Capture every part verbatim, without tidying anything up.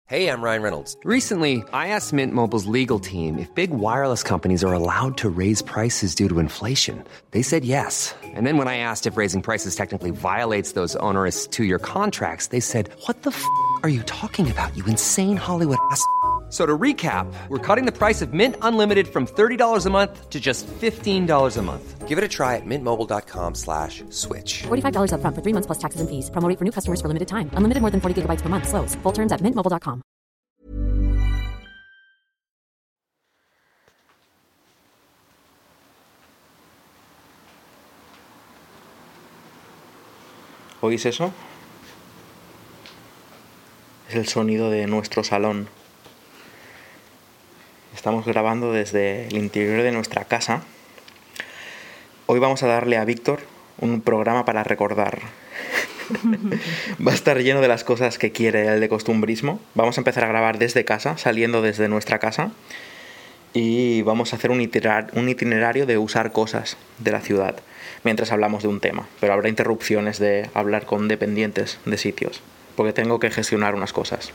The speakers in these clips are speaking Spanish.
Hey, I'm Ryan Reynolds. Recently, I asked Mint Mobile's legal team if big wireless companies are allowed to raise prices due to inflation. They said yes. And then when I asked if raising prices technically violates those onerous two-year contracts, they said, what the f*** are you talking about, you insane Hollywood ass f- So to recap, we're cutting the price of Mint Unlimited from thirty dollars a month to just fifteen dollars a month. Give it a try at mintmobile.com slash switch. forty-five dollars up front for three months plus taxes and fees. Promo rate for new customers for limited time. Unlimited more than forty gigabytes per month. Slows full terms at mint mobile dot com. ¿Oís eso? Es el sonido de nuestro salón. Estamos grabando desde el interior de nuestra casa. Hoy vamos a darle a Víctor un programa para recordar. Va a estar lleno de las cosas que quiere el de costumbrismo. Vamos a empezar a grabar desde casa, saliendo desde nuestra casa. Y vamos a hacer un itinerar- un itinerario de usar cosas de la ciudad mientras hablamos de un tema. Pero habrá interrupciones de hablar con dependientes de sitios, porque tengo que gestionar unas cosas.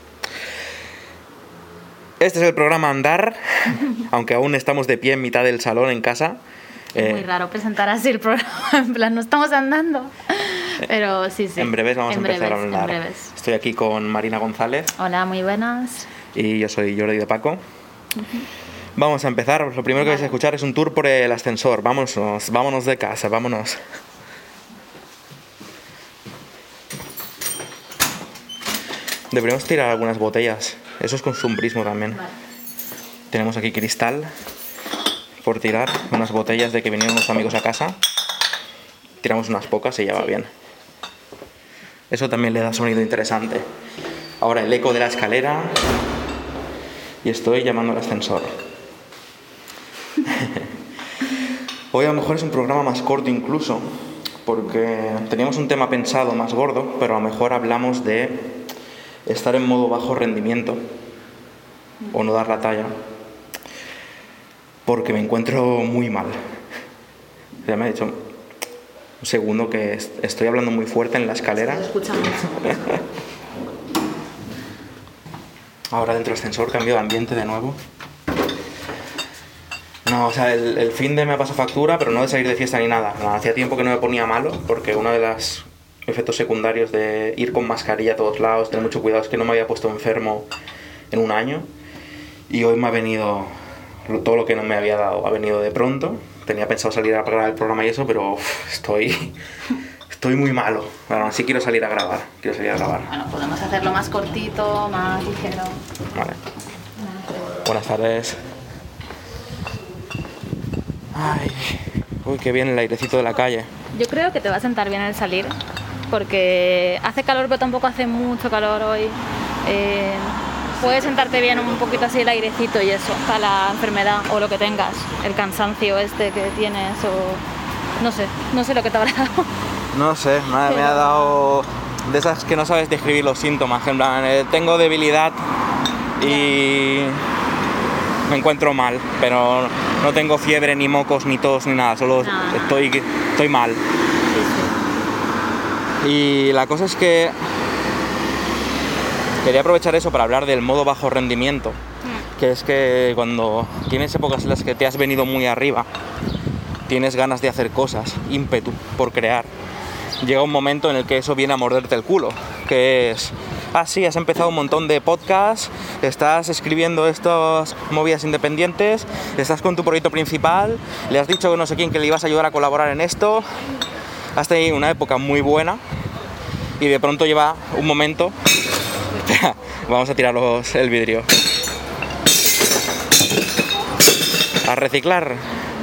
Este es el programa Andar, aunque aún estamos de pie en mitad del salón en casa. Es Eh, muy raro presentar así el programa, en plan, no estamos andando. Pero sí, sí. En breves vamos en a empezar breves, a hablar. En breves. Estoy aquí con Marina González. Hola, muy buenas. Y yo soy Jordi de Paco. Vamos a empezar. Lo primero que vais a escuchar es un tour por el ascensor. Vámonos, vámonos de casa, vámonos. Deberíamos tirar algunas botellas. Eso es costumbrismo también. Vale. Tenemos aquí cristal por tirar. Unas botellas de que vinieron unos amigos a casa. Tiramos unas pocas y ya va bien. Eso también le da sonido interesante. Ahora el eco de la escalera. Y estoy llamando al ascensor. Hoy a lo mejor es un programa más corto incluso, porque teníamos un tema pensado más gordo, pero a lo mejor hablamos de estar en modo bajo rendimiento o no dar la talla, porque me encuentro muy mal. Ya me ha dicho un segundo que estoy hablando muy fuerte en la escalera. Se escucha mucho. Ahora dentro del ascensor, cambio de ambiente de nuevo. No, o sea, el, el fin de me pasa factura, pero no de salir de fiesta ni nada. No, hacía tiempo que no me ponía malo, porque uno de los efectos secundarios de ir con mascarilla a todos lados, tener mucho cuidado, es que no me había puesto enfermo en un año. Y hoy me ha venido, todo lo que no me había dado, ha venido de pronto. Tenía pensado salir a grabar el programa y eso, pero uf, estoy... Estoy muy malo. Bueno, así quiero salir a grabar. Quiero salir a grabar. Bueno, podemos hacerlo más cortito, más ligero. Vale. Buenas tardes. Ay, uy, qué bien el airecito de la calle. Yo creo que te va a sentar bien el salir, porque hace calor, pero tampoco hace mucho calor hoy. Eh, puede sentarte bien un poquito así el airecito y eso, para la enfermedad o lo que tengas, el cansancio este que tienes o... No sé, no sé lo que te habrá dado. No sé, me, me ha dado de esas que no sabes describir los síntomas. En plan, eh, tengo debilidad y me encuentro mal, pero no tengo fiebre, ni mocos, ni tos, ni nada. Solo Nada. estoy, estoy mal. Sí, Y la cosa es que quería aprovechar eso para hablar del modo bajo rendimiento, que es que cuando tienes épocas en las que te has venido muy arriba, tienes ganas de hacer cosas, ímpetu por crear, llega un momento en el que eso viene a morderte el culo, que es, ah sí, has empezado un montón de podcasts, estás escribiendo estas movidas independientes, estás con tu proyecto principal, le has dicho a no sé quién que le ibas a ayudar a colaborar en esto, has tenido una época muy buena y de pronto lleva un momento. Espera, vamos a tirar los, el vidrio. A reciclar.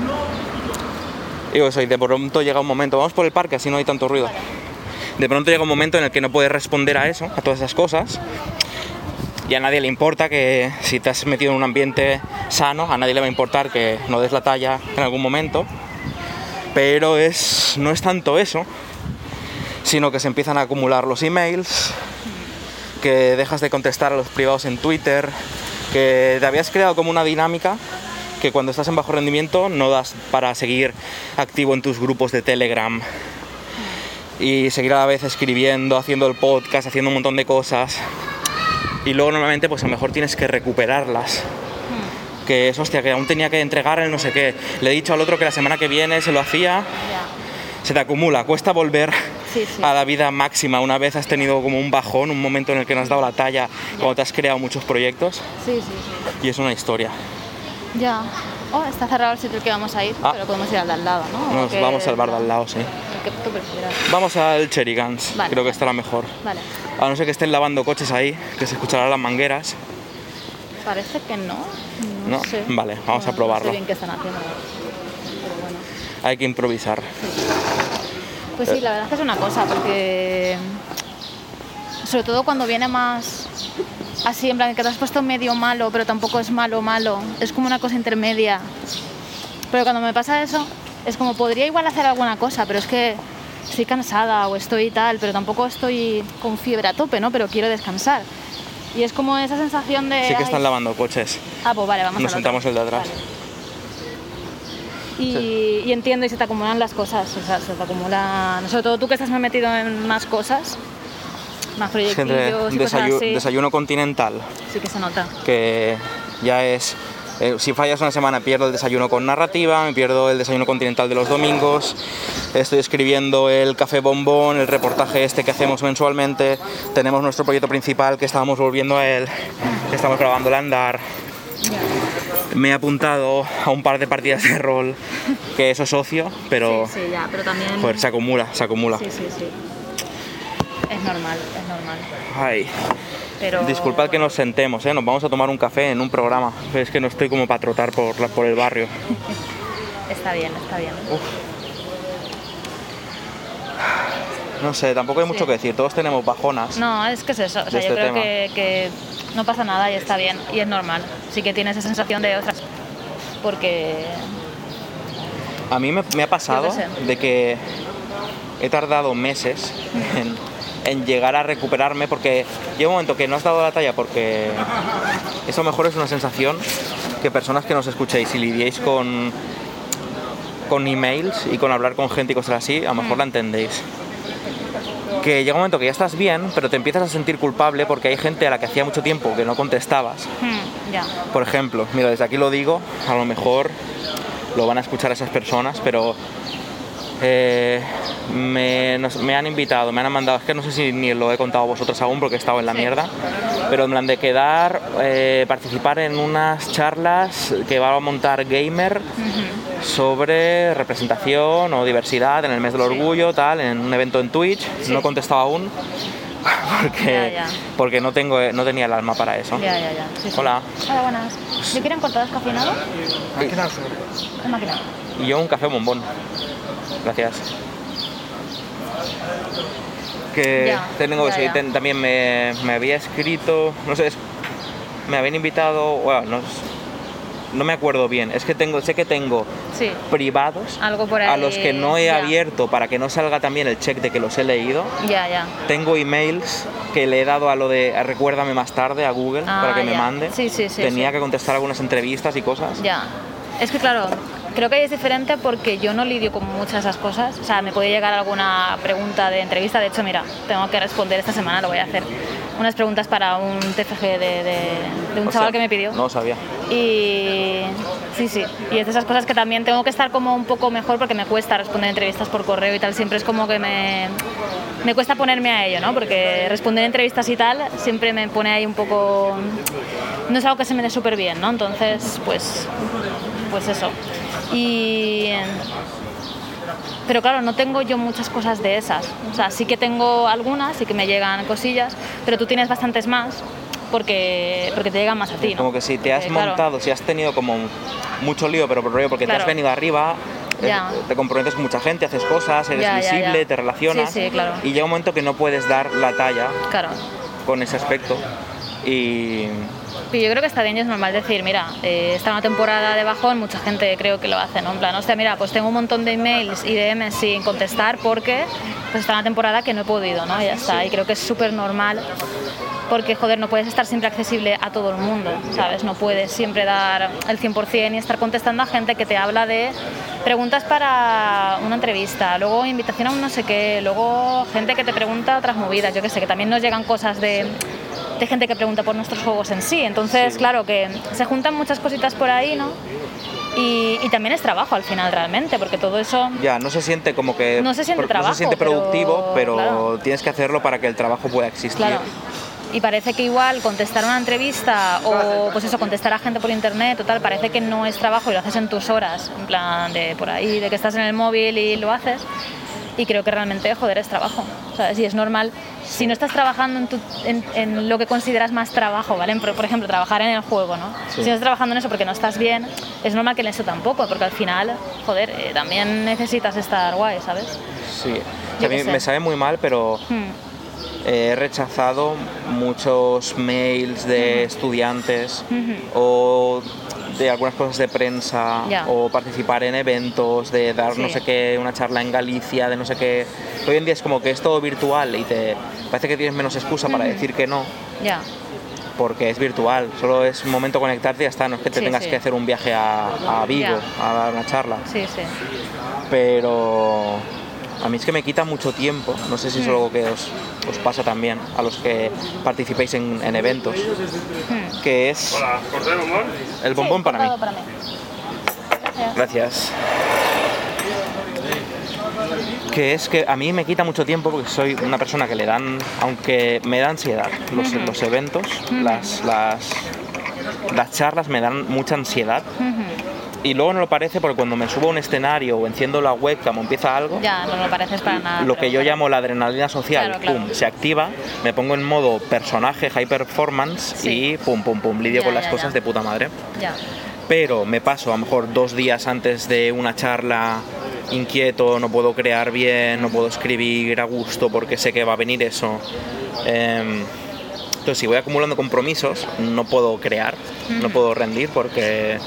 Digo eso, y de pronto llega un momento, vamos por el parque, así no hay tanto ruido. De pronto llega un momento en el que no puedes responder a eso, a todas esas cosas. Y a nadie le importa que si te has metido en un ambiente sano, a nadie le va a importar que no des la talla en algún momento. Pero es, no es tanto eso, sino que se empiezan a acumular los emails, que dejas de contestar a los privados en Twitter, que te habías creado como una dinámica que cuando estás en bajo rendimiento no das para seguir activo en tus grupos de Telegram y seguir a la vez escribiendo, haciendo el podcast, haciendo un montón de cosas. y luego normalmente pues a lo mejor tienes que recuperarlas. Hmm. Que es, hostia, que aún tenía que entregar el no sé qué. Le he dicho al otro que la semana que viene se lo hacía. Ya. Se te acumula, cuesta volver Sí, sí. a la vida máxima. Una vez has tenido como un bajón, un momento en el que no has dado la talla, cuando te has creado muchos proyectos, Sí, sí, sí. y es una historia. Ya. Oh, está cerrado el sitio al que vamos a ir, Ah. pero podemos ir al de al lado, ¿no? Nos ¿O qué? vamos al bar de al lado, sí. ¿Qué tú prefieras? Vamos al Cherry Guns, Vale. creo que estará mejor. Vale. A no ser que estén lavando coches ahí, que se escucharán las mangueras. Parece que no. No, ¿No? sé. Vale, vamos a No- probarlo. No sé bien qué están haciendo. Pero bueno. Hay que improvisar. Pues sí, la verdad es que es una cosa, porque sobre todo cuando viene más así, en plan que te has puesto medio malo, pero tampoco es malo malo, es como una cosa intermedia. Pero cuando me pasa eso, es como podría igual hacer alguna cosa, pero es que estoy cansada o estoy tal, pero tampoco estoy con fiebre a tope, ¿no? Pero quiero descansar. Y es como esa sensación de... Sí que ay, están lavando coches. Ah, pues vale, vamos Nos al otro. sentamos el de atrás. Vale. Y, y entiendo, y se te acumulan las cosas, o sea, se te acumulan... Sobre todo tú que estás más metido en más cosas, más Es que entre proyectillos y cosas desayu- así, desayuno continental, sí que se nota. que ya es... eh, si fallas una semana pierdo el desayuno con narrativa, me pierdo el desayuno continental de los domingos, estoy escribiendo el café bombón, el reportaje este que hacemos mensualmente, tenemos nuestro proyecto principal que estábamos volviendo a él, estamos grabando el andar. Me he apuntado a un par de partidas de rol, que eso es ocio, pero Sí, sí, ya, pero también... joder, se acumula, se acumula. Sí, sí, sí. Es normal, es normal. Ay, Pero... disculpad que nos sentemos, ¿eh? Nos vamos a tomar un café en un programa, pero es que no estoy como para trotar por, la- por el barrio. Está bien, está bien. No sé, tampoco hay Sí. mucho que decir, todos tenemos bajonas. No, es que es eso, o sea, de yo este creo tema. que, que no pasa nada y está bien, y es normal. Sí que tienes esa sensación de otras... Porque... A mí me, me ha pasado Yo qué sé. de que he tardado meses en, en llegar a recuperarme porque llega un momento que no has dado la talla porque eso a lo mejor es una sensación que personas que nos escuchéis y lidiéis con, con emails y con hablar con gente y cosas así, a lo mejor la entendéis. Que llega un momento que ya estás bien, pero te empiezas a sentir culpable porque hay gente a la que hacía mucho tiempo que no contestabas. Hmm, ya. Por ejemplo, mira, desde aquí lo digo, a lo mejor lo van a escuchar esas personas, pero eh, me, nos- me han invitado, me han mandado, es que no sé si ni lo he contado a vosotros aún porque he estado en la Sí. mierda, pero en plan de quedar, eh, participar en unas charlas que va a montar Gamer sobre representación o diversidad en el mes del Sí. orgullo, tal, en un evento en Twitch. Sí. No he contestado aún porque, Ya, ya. porque no, tengo, no tenía el alma para eso. Ya, ya, ya. Sí, sí. Hola. Hola, buenas. ¿Me quieren cortar descafeinado? En máquina. Y yo un café bombón. Gracias. Que Ya, tengo ya, sí, ya. ten- también me, me había escrito, no sé, es- me habían invitado, bueno, no, es- no me acuerdo bien, es que tengo, sé que tengo Sí. privados Algo por a ahí, los que no he ya. abierto para que no salga también el check de que los he leído. Ya, ya. Tengo emails que le he dado a lo de a recuérdame más tarde a Google Ah, para que me ya. mande. Sí, sí, sí, Tenía sí. que contestar algunas entrevistas y cosas. Ya. Es que claro, creo que ahí es diferente porque yo no lidio con muchas de esas cosas. O sea, me puede llegar alguna pregunta de entrevista. De hecho, mira, tengo que responder esta semana, lo voy a hacer. Unas preguntas para un T F G de, de- de un O chaval sea, que me pidió. No lo sabía. Y sí, sí. Y es de esas cosas que también tengo que estar como un poco mejor porque me cuesta responder entrevistas por correo y tal. Siempre es como que me, me cuesta ponerme a ello, ¿no? Porque responder entrevistas y tal siempre me pone ahí un poco... No es algo que se me dé súper bien, ¿no? Entonces, pues, pues eso. Y... Pero claro, no tengo yo muchas cosas de esas. O sea, sí que tengo algunas, sí que me llegan cosillas, pero tú tienes bastantes más porque, porque te llegan más a ti, ¿no? Como que si te has Eh, claro. montado, si has tenido como mucho lío, pero por rollo porque te Claro. has venido arriba, eh, Ya. te comprometes con mucha gente, haces cosas, eres Ya, ya, visible, ya. te relacionas. Sí, sí, claro. Y llega un momento que no puedes dar la talla Claro. con ese aspecto. Y Pero yo creo que está bien y es normal decir, mira, eh, está una temporada de bajón, mucha gente creo que lo hace, ¿no? En plan, hostia, mira, pues tengo un montón de emails y D Ms sin contestar porque pues está una temporada que no he podido, ¿no? Y ya está. Y creo que es súper normal porque, joder, no puedes estar siempre accesible a todo el mundo, ¿sabes? No puedes siempre dar el cien por ciento y estar contestando a gente que te habla de preguntas para una entrevista, luego invitación a un no sé qué, luego gente que te pregunta otras movidas, yo qué sé, que también nos llegan cosas de de gente que pregunta por nuestros juegos en sí. Entonces, Sí. claro, que se juntan muchas cositas por ahí, ¿no? Y, y también es trabajo al final realmente, porque todo eso... Ya, no se siente como que... No se siente no trabajo, se siente productivo, pero, pero, claro. tienes que hacerlo para que el trabajo pueda existir. Claro. Y parece que igual contestar una entrevista o pues eso, contestar a gente por internet o tal, parece que no es trabajo y lo haces en tus horas, en plan de por ahí, de que estás en el móvil y lo haces. Y creo que realmente, joder, es trabajo. O sea, si es normal, si no estás trabajando en, tu, en, en lo que consideras más trabajo, ¿vale? Por, por ejemplo, trabajar en el juego, ¿no? Sí. Si no estás trabajando en eso porque no estás bien, es normal que en eso tampoco, porque al final, joder, eh, también necesitas estar guay, ¿sabes? Sí, Yo a mí qué sé. me sabe muy mal, pero Hmm. he rechazado muchos mails de estudiantes o de algunas cosas de prensa Ya. o participar en eventos, de dar no Sí. sé qué, una charla en Galicia, de no sé qué. Hoy en día es como que es todo virtual y te parece que tienes menos excusa para decir que no, Ya. porque es virtual, solo es un momento conectarte y ya está, no es que te Sí, tengas sí. que hacer un viaje a, a Vigo Ya. a dar una charla. Sí, sí. Pero a mí es que me quita mucho tiempo, no sé si es algo que os, os pasa también a los que participéis en, en eventos, que es el bombón Sí, para mí. todo para mí. Gracias. Gracias. Que es que a mí me quita mucho tiempo porque soy una persona que le dan, aunque me da ansiedad, los, los eventos, las, las, las charlas me dan mucha ansiedad. Y luego no lo parece porque cuando me subo a un escenario o enciendo la webcam o empieza algo, Ya, no lo pareces para nada. lo pero que yo bueno. llamo la adrenalina social, Claro, claro. pum, se activa, me pongo en modo personaje, high performance Sí. y pum, pum, pum, lidio Ya, con las ya, cosas ya. de puta madre. Ya. Pero me paso a lo mejor dos días antes de una charla inquieto, no puedo crear bien, no puedo escribir a gusto porque sé que va a venir eso. Em, entonces, si voy acumulando compromisos, no puedo crear, no puedo rendir porque...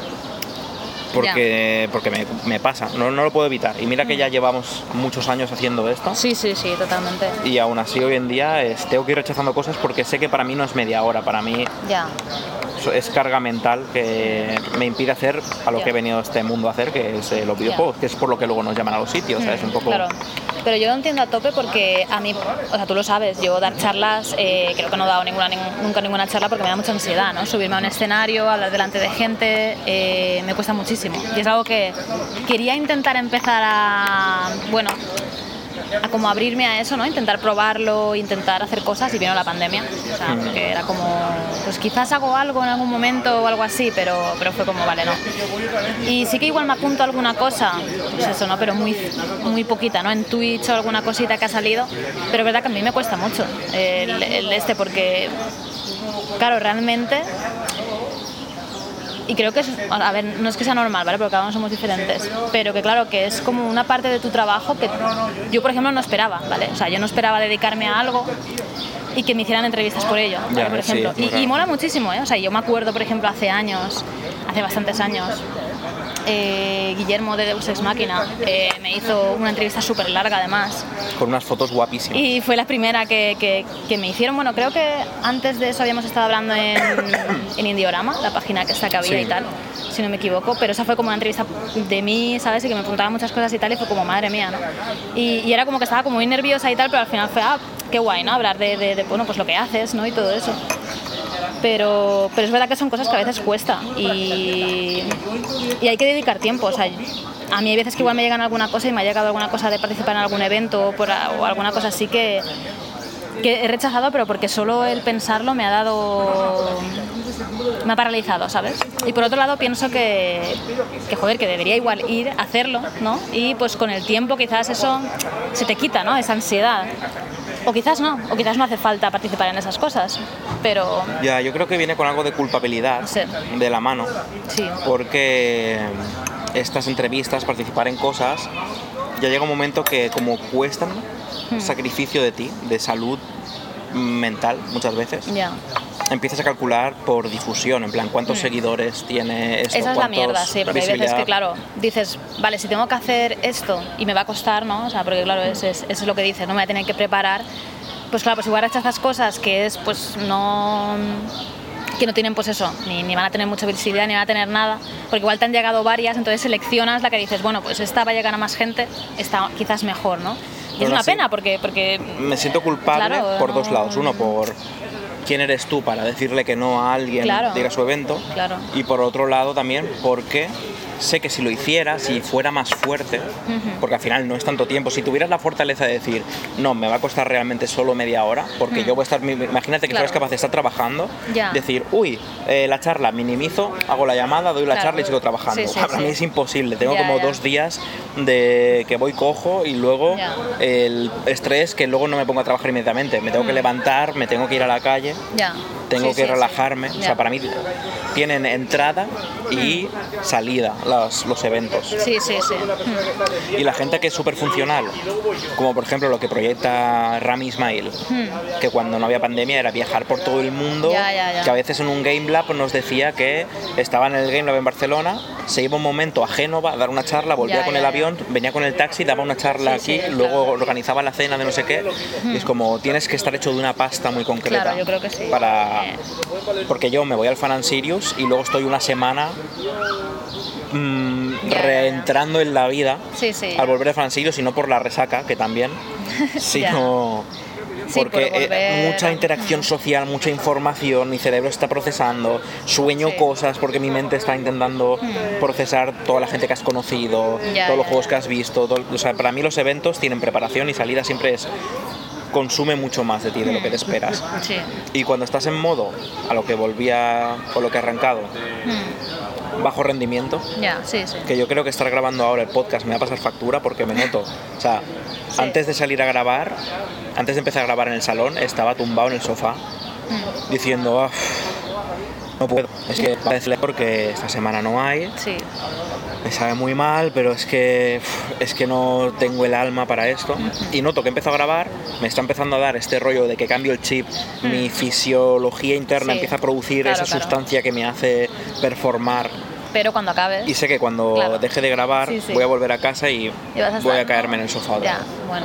Porque, porque me, me pasa, no, no lo puedo evitar. Y mira que ya llevamos muchos años haciendo esto. Sí, sí, sí, totalmente. Y aún así hoy en día es, tengo que ir rechazando cosas porque sé que para mí no es media hora, para mí Ya. es carga mental que me impide hacer a lo Ya. que he venido a este mundo a hacer, que es eh, los videojuegos, que es por lo que luego nos llaman a los sitios, ¿sabes? Un poco... Claro, pero yo lo entiendo a tope porque a mí, o sea, tú lo sabes, yo dar charlas, eh, creo que no he dado ninguna, ning- nunca ninguna charla porque me da mucha ansiedad, ¿no? Subirme a un escenario, hablar delante de gente, eh, me cuesta muchísimo. Y es algo que quería intentar empezar a, bueno, a como abrirme a eso, ¿no? Intentar probarlo, intentar hacer cosas y vino la pandemia. O sea, porque era como, pues quizás hago algo en algún momento o algo así, pero, pero fue como, vale, no. Y sí que igual me apunto a alguna cosa, pues eso, ¿no? Pero muy, muy poquita, ¿no? En Twitch o alguna cosita que ha salido, pero es verdad que a mí me cuesta mucho el, el este porque, claro, realmente... Y creo que es, a ver, no es que sea normal, ¿vale? Porque cada uno somos diferentes, pero que claro, que es como una parte de tu trabajo que yo, por ejemplo, no esperaba, ¿vale? O sea, yo no esperaba dedicarme a algo y que me hicieran entrevistas por ello, ¿vale? Ya, Por sí, ejemplo. muy y, raro. y mola muchísimo, ¿eh? O sea, yo me acuerdo, por ejemplo, hace años, hace bastantes años, eh, Guillermo de Deus Ex Machina eh, me hizo una entrevista súper larga, además, Con unas fotos guapísimas. y fue la primera que, que, que me hicieron. Bueno, creo que antes de eso habíamos estado hablando en, en Indiorama, la página que esta que había Sí. y tal, si no me equivoco, pero esa fue como una entrevista de mí, ¿sabes? Y que me preguntaban muchas cosas y tal, y fue como, madre mía, ¿no? Y, y era como que estaba como muy nerviosa y tal, pero al final fue, ah, qué guay, ¿no? Hablar de, de, de bueno, pues lo que haces, ¿no? Y todo eso. Pero, pero es verdad que son cosas que a veces cuesta y, y hay que dedicar tiempo. O sea, a mí hay veces que igual me llegan alguna cosa y me ha llegado alguna cosa de participar en algún evento o, por, o alguna cosa así que, que he rechazado, pero porque solo el pensarlo me ha dado... me ha paralizado, ¿sabes? Y por otro lado pienso que, que joder, que debería igual ir a hacerlo, ¿no? Y pues con el tiempo quizás eso se te quita, ¿no? Esa ansiedad. O quizás no, o quizás no hace falta participar en esas cosas, pero Ya, yo creo que viene con algo de culpabilidad Sí. de la mano, sí, porque estas entrevistas, participar en cosas, ya llega un momento que como cuestan Hmm. sacrificio de ti, de salud mental muchas veces, ya. empiezas a calcular por difusión, en plan, ¿cuántos seguidores tiene esto? Hmm. Esa es la cuántos mierda, sí, porque hay veces visibilidad? que, claro, dices, vale, si tengo que hacer esto y me va a costar, ¿no? O sea, porque, claro, eso es, eso es lo que dices, ¿no? Me voy a tener que preparar. Pues, claro, pues igual rechazas cosas que es, pues, no... que no tienen, pues eso, ni, ni van a tener mucha visibilidad, ni van a tener nada, porque igual te han llegado varias, entonces seleccionas la que dices, bueno, pues esta va a llegar a más gente, esta quizás mejor, ¿no? Y Pero es una así- pena, porque... porque Me siento culpable Claro, por no- dos lados. Uno, por quién eres tú para decirle que no a alguien Claro. de ir a su evento. Claro. Y por otro lado también porque sé que si lo hiciera, si fuera más fuerte, porque al final no es tanto tiempo, si tuvieras la fortaleza de decir, no, me va a costar realmente solo media hora, porque yo voy a estar, imagínate que Claro. fueras capaz de estar trabajando, Ya. decir, uy, eh, la charla, minimizo, hago la llamada, doy la Claro. charla y sigo trabajando. Sí, sí, Para sí. mí es imposible, tengo Ya, como ya. dos días de que voy cojo y luego Ya. el estrés que luego no me pongo a trabajar inmediatamente, me tengo que levantar, me tengo que ir a la calle. Ya. Tengo Sí, que sí, sí. relajarme, o Ya. sea, para mí tienen entrada y salida los, los eventos. Sí, sí, sí. Mm. Y la gente que es súper funcional, como por ejemplo lo que proyecta Rami Ismail, que cuando no había pandemia era viajar por todo el mundo, Ya, ya, ya. que a veces en un Game Lab nos decía que estaba en el Game Lab en Barcelona, se iba un momento a Génova a dar una charla, volvía Ya, con ya, el ya. avión, venía con el taxi, daba una charla Sí, aquí, sí, luego claro. organizaba la cena de no sé qué, y es como tienes que estar hecho de una pasta muy concreta. Claro, yo creo que sí. Para... Eh. Porque yo me voy al Fan and Sirius y luego estoy una semana mm, Ya, ya, ya. reentrando en la vida Sí, sí. al volver de Fan and Sirius, y no por la resaca, que también, sino Sí, porque por volver- eh, mucha interacción social, mucha información, mi cerebro está procesando, sueño Sí. cosas porque mi mente está intentando procesar toda la gente que has conocido, Ya, todos los ya, juegos ya. que has visto, todo- o sea, para mí los eventos tienen preparación y salida siempre es consume mucho más de ti de lo que te esperas. Sí. Y cuando estás en modo, a lo que volvía, con lo que he arrancado, bajo rendimiento, Ya, sí, sí. que yo creo que estar grabando ahora el podcast me va a pasar factura porque me noto, o sea, Sí. antes de salir a grabar, antes de empezar a grabar en el salón, estaba tumbado en el sofá diciendo, "Ah, no puedo, es que va a decirle porque esta semana no hay, Sí. me sabe muy mal, pero es que uf, es que no tengo el alma para esto". Y noto que empiezo a grabar, me está empezando a dar este rollo de que cambio el chip, mi fisiología interna Sí, empieza a producir claro, esa claro. sustancia que me hace performar. Pero cuando acabes. Y sé que cuando Claro. deje de grabar Sí, sí. voy a volver a casa y, y vas a voy estar, a caerme ¿no? en el sofá otra Ya, vez. bueno.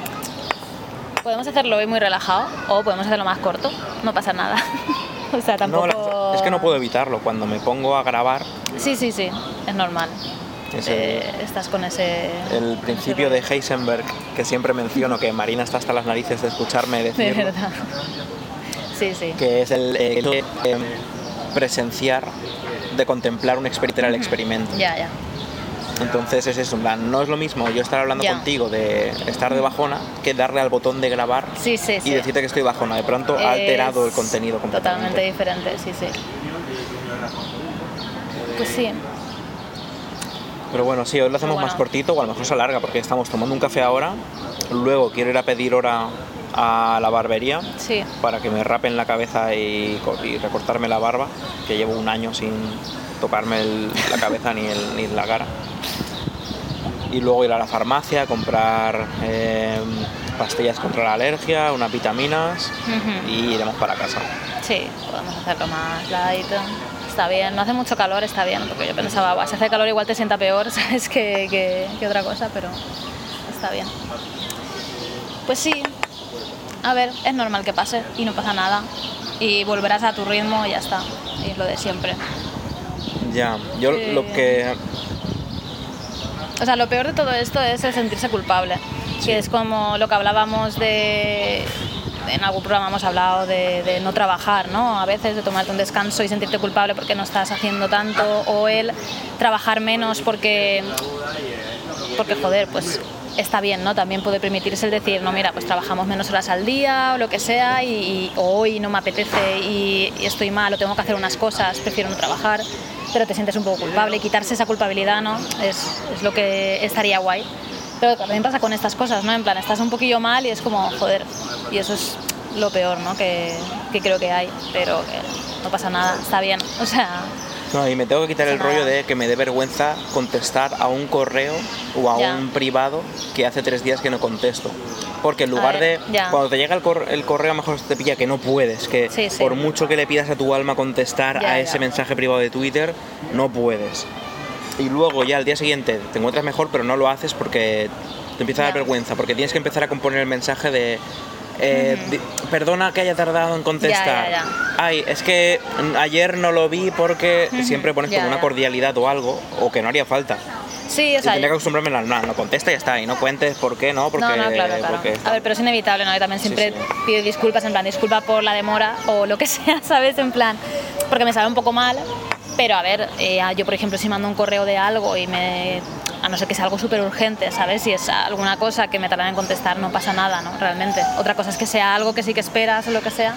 Podemos hacerlo hoy muy relajado o podemos hacerlo más corto. No pasa nada. O sea, tampoco. No, la- es que no puedo evitarlo. Cuando me pongo a grabar, Sí, sí, sí. Es normal. es el, Eh, estás con ese. el principio de Heisenberg, que siempre menciono, que Marina está hasta las narices de escucharme De decirlo, verdad. Sí, sí. que es el eh, hecho de eh, presenciar, de contemplar un experimento, el experimento. Ya, ya. Entonces es eso, en plan, no es lo mismo yo estar hablando Ya. contigo de estar de bajona que darle al botón de grabar Sí, sí, sí. y decirte que estoy bajona. De pronto ha alterado el Es contenido completamente. Totalmente diferente, sí, sí. Pues sí. Pero bueno, sí, hoy lo hacemos Bueno. más cortito o a lo mejor se alarga porque estamos tomando un café ahora. Luego quiero ir a pedir hora a la barbería Sí. para que me rapen la cabeza y, co- y recortarme la barba, que llevo un año sin tocarme el- la cabeza ni, el- ni la cara. Y luego ir a la farmacia a comprar eh, pastillas contra la alergia, unas vitaminas Ujú. y iremos para casa. Sí, podemos hacerlo más light. Está bien, no hace mucho calor, está bien, porque yo pensaba, "Buah, si hace calor igual te sienta peor, ¿sabes? Que, que, que otra cosa, pero está bien. Pues sí, a ver, es normal que pase y no pasa nada. Y volverás a tu ritmo y ya está. Y es lo de siempre. Ya, yo Eh. lo que... O sea, lo peor de todo esto es el sentirse culpable, que es como lo que hablábamos de... En algún programa hemos hablado de, de no trabajar, ¿no? A veces de tomarte un descanso y sentirte culpable porque no estás haciendo tanto, o el trabajar menos porque, porque joder, pues está bien, ¿no? También puede permitirse el decir, no, mira, pues trabajamos menos horas al día o lo que sea, y, y o hoy no me apetece y, y estoy mal o tengo que hacer unas cosas, prefiero no trabajar, pero te sientes un poco culpable, y quitarse esa culpabilidad, ¿no? Es, es lo que estaría guay. Pero también pasa con estas cosas, ¿no? En plan, estás un poquillo mal y es como, joder, y eso es lo peor, ¿no? Que, que creo que hay, pero que no pasa nada, está bien, o sea... No, y me tengo que quitar el Nada. rollo de que me dé vergüenza contestar a un correo o a Ya. un privado que hace tres días que no contesto. Porque en lugar ver, de... ya. Cuando te llega el, cor- el correo, a lo mejor te pilla que no puedes, que Sí, sí. por mucho que le pidas a tu alma contestar Ya, a ya. ese mensaje privado de Twitter, no puedes. Y luego ya al día siguiente te encuentras mejor, pero no lo haces porque te empieza a dar Ya. vergüenza, porque tienes que empezar a componer el mensaje de... eh, di- perdona que haya tardado en contestar. Ya, ya, ya. Ay, es que mm, ayer no lo vi porque siempre pones Ya, como una ya. cordialidad o algo, o que no haría falta. Sí, o sea, y tendría que acostumbrarme a no, no contesta y ya está, y no cuentes por qué, ¿no? Porque, no, no, claro, claro. Porque, a ver, pero es inevitable, ¿no? Yo también siempre sí, sí. pido disculpas, en plan, disculpa por la demora o lo que sea, ¿sabes? En plan, porque me sale un poco mal, pero a ver, eh, yo por ejemplo si mando un correo de algo y me... a no ser que sea algo súper urgente, ¿sabes? Si es alguna cosa que me tardan en contestar, no pasa nada, ¿no? Realmente. Otra cosa es que sea algo que sí que esperas o lo que sea.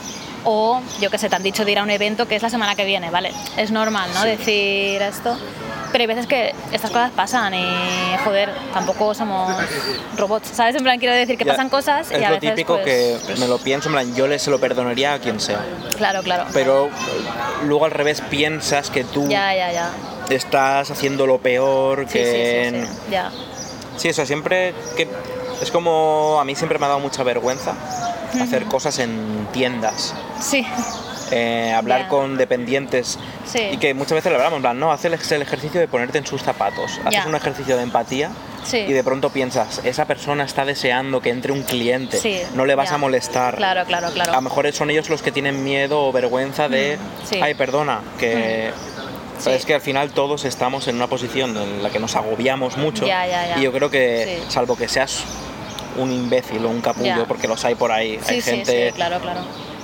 O, yo qué sé, te han dicho de ir a un evento que es la semana que viene, ¿vale? Es normal, ¿no? Sí. Decir esto. Pero hay veces que estas cosas pasan y, joder, tampoco somos robots, ¿sabes? En plan, quiero decir que ya, pasan cosas y a veces, es lo típico pues, que pues... me lo pienso, en plan, yo le se lo perdonaría a quien sea. Claro, claro. Pero luego al revés piensas que tú ya, ya, ya. estás haciendo lo peor, sí, que... Sí, sí, sí, ya. Sí, o sea, siempre que... Es como... A mí siempre me ha dado mucha vergüenza uh-huh. hacer cosas en tiendas. Sí. Eh, hablar yeah. con dependientes sí. y que muchas veces lo hablamos, en plan, no, haces el ejercicio de ponerte en sus zapatos, haces yeah. un ejercicio de empatía sí. y de pronto piensas, esa persona está deseando que entre un cliente, sí. no le vas yeah. a molestar. Claro, claro, claro. A lo mejor son ellos los que tienen miedo o vergüenza de, mm, sí. ay, perdona, que... Mm. Sí. Es que al final todos estamos en una posición en la que nos agobiamos mucho yeah, yeah, yeah. y yo creo que, sí. salvo que seas un imbécil o un capullo, yeah. porque los hay por ahí, sí, hay sí, gente... Sí, claro, claro.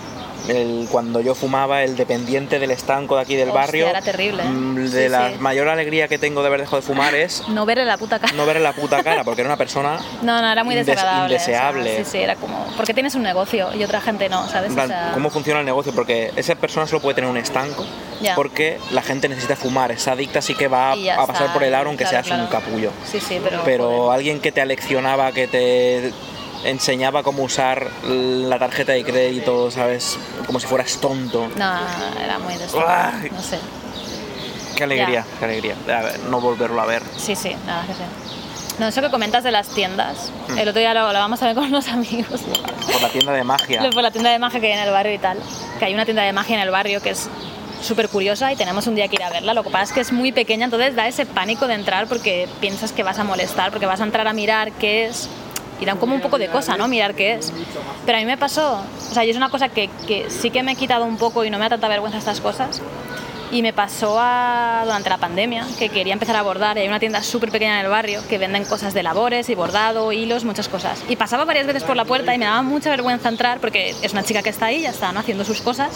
El, cuando yo fumaba, el dependiente del estanco de aquí del Hostia, barrio, era terrible, ¿eh? de sí, la sí. mayor alegría que tengo de haber dejado de fumar es no verle la puta cara. No verle la puta cara, porque era una persona no, no, era muy desagradable, indeseable. O sea, sí, sí, era como, porque tienes un negocio y otra gente no, ¿sabes? Plan, o sea... ¿Cómo funciona el negocio? Porque esa persona solo puede tener un estanco, yeah. porque la gente necesita fumar, esa adicta sí que va a pasar está, por el aro aunque claro, seas claro. un capullo. Sí, sí, pero... Pero joder. alguien que te aleccionaba, que te... enseñaba cómo usar la tarjeta de crédito, ¿sabes? Como si fueras tonto. No, era muy desagradable, no sé. Qué alegría, ya. qué alegría. A ver, no volverlo a ver. Sí, sí, nada que sé. No, eso que comentas de las tiendas, mm. el otro día lo, lo vamos a ver con unos amigos. Por la tienda de magia. Por la tienda de magia que hay en el barrio y tal. Que hay una tienda de magia en el barrio que es súper curiosa y tenemos un día que ir a verla. Lo que pasa es que es muy pequeña, entonces da ese pánico de entrar porque piensas que vas a molestar, porque vas a entrar a mirar qué es... Y da como un poco de cosa, ¿no? Mirar qué es. Pero a mí me pasó, o sea, yo es una cosa que, que sí que me he quitado un poco y no me da tanta vergüenza estas cosas. Y me pasó a, durante la pandemia, que quería empezar a bordar. Y hay una tienda súper pequeña en el barrio que venden cosas de labores y bordado, hilos, muchas cosas. Y pasaba varias veces por la puerta y me daba mucha vergüenza entrar porque es una chica que está ahí, ya está, ¿no? Haciendo sus cosas.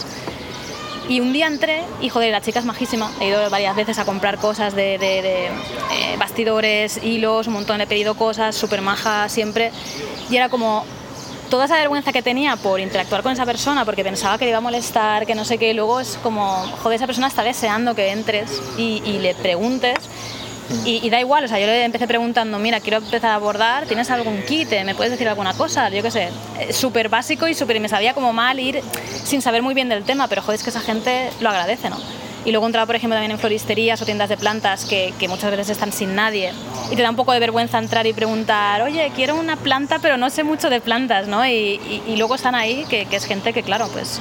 Y un día entré y, joder, la chica es majísima. He ido varias veces a comprar cosas de, de, de eh, bastidores, hilos, un montón, he pedido cosas, súper maja siempre. Y era como toda esa vergüenza que tenía por interactuar con esa persona, porque pensaba que le iba a molestar, que no sé qué. Y luego es como, joder, esa persona está deseando que entres y, y le preguntes. Y, y da igual, o sea, yo le empecé preguntando, mira, quiero empezar a bordar, ¿tienes algún kit? ¿Me puedes decir alguna cosa? Yo qué sé, súper básico y súper, y me sabía como mal ir sin saber muy bien del tema, pero joder, es que esa gente lo agradece, ¿no? Y luego entraba, por ejemplo, también en floristerías o tiendas de plantas que, que muchas veces están sin nadie y te da un poco de vergüenza entrar y preguntar, oye, quiero una planta, pero no sé mucho de plantas, ¿no? Y, y, y luego están ahí, que, que es gente que, claro, pues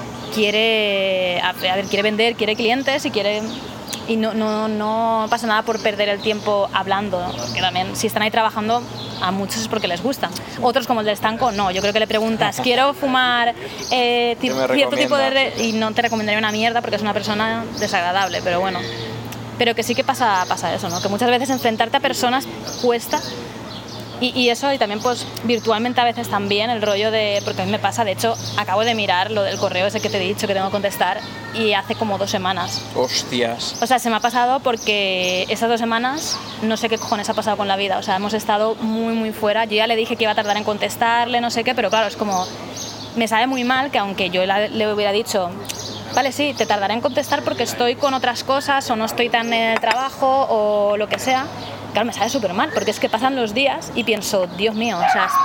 quiere, a ver, quiere vender, quiere clientes y quiere... Y no, no, no pasa nada por perder el tiempo hablando, ¿no? Porque también si están ahí trabajando a muchos es porque les gusta. Otros como el del estanco, no, yo creo que le preguntas, quiero fumar eh, cierto tipo de... Re y no te recomendaría una mierda porque es una persona desagradable, pero bueno. Pero que sí que pasa, pasa eso, ¿no? Que muchas veces enfrentarte a personas cuesta. Y, y eso, y también pues virtualmente a veces también el rollo de, porque a mí me pasa, de hecho acabo de mirar lo del correo ese que te he dicho que tengo que contestar y hace como dos semanas. Hostias. O sea, se me ha pasado porque esas dos semanas no sé qué cojones ha pasado con la vida, o sea, hemos estado muy muy fuera, yo ya le dije que iba a tardar en contestarle, no sé qué, pero claro, es como, me sabe muy mal que aunque yo le hubiera dicho, vale, sí, te tardaré en contestar porque estoy con otras cosas o no estoy tan en el trabajo o lo que sea. Claro, me sabe súper mal, porque es que pasan los días y pienso, Dios mío, o sea,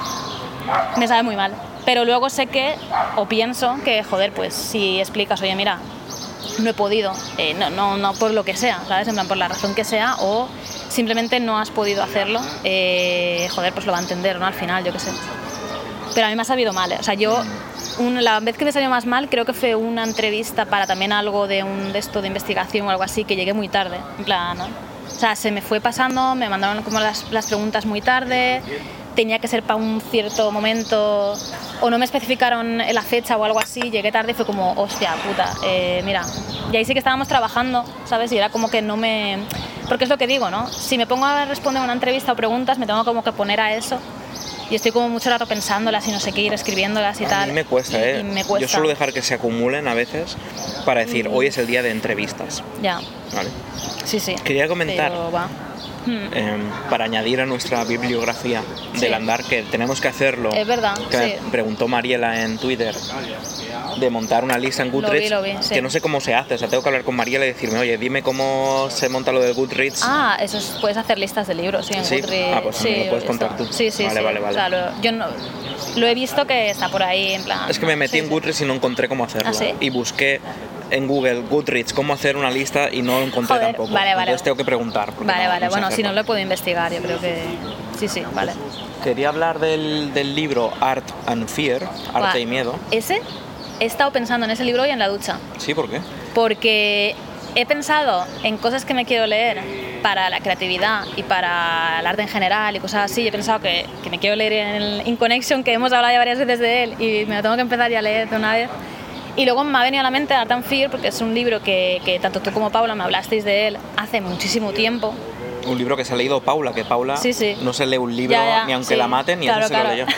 me sabe muy mal. Pero luego sé que, o pienso que, joder, pues si explicas, oye, mira, no he podido, eh, no, no, no por lo que sea, ¿sabes? En plan, por la razón que sea, o simplemente no has podido hacerlo, eh, joder, pues lo va a entender, ¿no? Al final, yo qué sé. Pero a mí me ha sabido mal, ¿eh? O sea, yo, un, la vez que me salió más mal, creo que fue una entrevista para también algo de un de esto de investigación o algo así, que llegué muy tarde, en plan, ¿no? O sea, se me fue pasando, me mandaron como las, las preguntas muy tarde, tenía que ser para un cierto momento, o no me especificaron la fecha o algo así, llegué tarde y fue como, hostia puta, eh, mira, y ahí sí que estábamos trabajando, ¿sabes? Y era como que no me... Porque es lo que digo, ¿no? Si me pongo a responder una entrevista o preguntas, me tengo como que poner a eso. Y estoy como mucho rato pensándolas y no sé qué, ir escribiéndolas y a tal. A mí me cuesta, y, ¿eh? Y me cuesta. Yo suelo dejar que se acumulen a veces para decir, hoy es el día de entrevistas. Ya. Vale. Sí, sí. Quería comentar, Pero va. eh, para añadir a nuestra bibliografía Sí. del andar, que tenemos que hacerlo. Es verdad, Que sí. me preguntó Mariela en Twitter de montar una lista en Lo vi, Goodreads, lo vi, sí. que no sé cómo se hace. O sea, tengo que hablar con Mariela y decirme, oye, dime cómo se monta lo del Goodreads. Ah, eso es, puedes hacer listas de libros, sí, en ¿Sí? Goodreads. Ah, pues sí, me lo puedes he contar visto. tú. Sí, sí, Vale, sí. vale, vale. O sea, lo, yo no, lo he visto que está por ahí, en plan... Es que me metí sí, en sí. Goodreads y no encontré cómo hacerlo. ¿Ah, sí? Y busqué en Google Goodreads cómo hacer una lista y no lo encontré Joder, tampoco. vale, vale. Entonces tengo que preguntar. porque Vale, no- vale, no sé bueno, si no hacerlo. lo puedo investigar, yo creo que... Sí, sí, vale. Quería hablar del, del libro Art and Fear, Arte Buah, y Miedo. Ese, he estado pensando en ese libro hoy en la ducha. ¿Sí? ¿Por qué? Porque he pensado en cosas que me quiero leer para la creatividad y para el arte en general y cosas así. He pensado que, que me quiero leer en el In Connection, que hemos hablado ya varias veces de él y me lo tengo que empezar ya a leer de una vez. Y luego me ha venido a la mente Art and Fear, porque es un libro que, que tanto tú como Paula me hablasteis de él hace muchísimo tiempo. Un libro que se ha leído Paula, que Paula Sí, sí. no se lee un libro Ya, ya, ni aunque sí. la maten, ni Claro, eso se claro. lo leyó.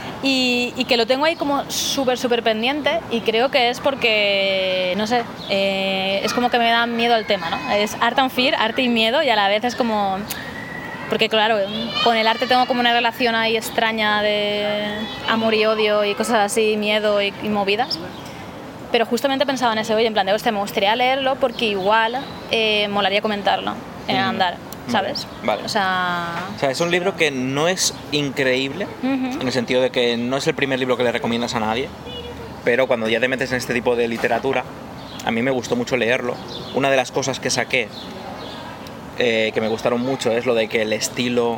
Y, y que lo tengo ahí como súper, súper pendiente y creo que es porque, no sé, eh, es como que me da miedo el tema, ¿no? Es Art and Fear, arte y miedo, y a la vez es como... Porque claro, con el arte tengo como una relación ahí extraña de amor y odio y cosas así, miedo y, y movidas. Pero justamente pensaba en ese, oye, en plan de, hostia, me gustaría leerlo porque igual eh, molaría comentarlo en el Mm. andar, ¿sabes? Vale. O sea... O sea, es un libro que no es increíble, Ujú. en el sentido de que no es el primer libro que le recomiendas a nadie, pero cuando ya te metes en este tipo de literatura, a mí me gustó mucho leerlo. Una de las cosas que saqué, eh, que me gustaron mucho, es lo de que el estilo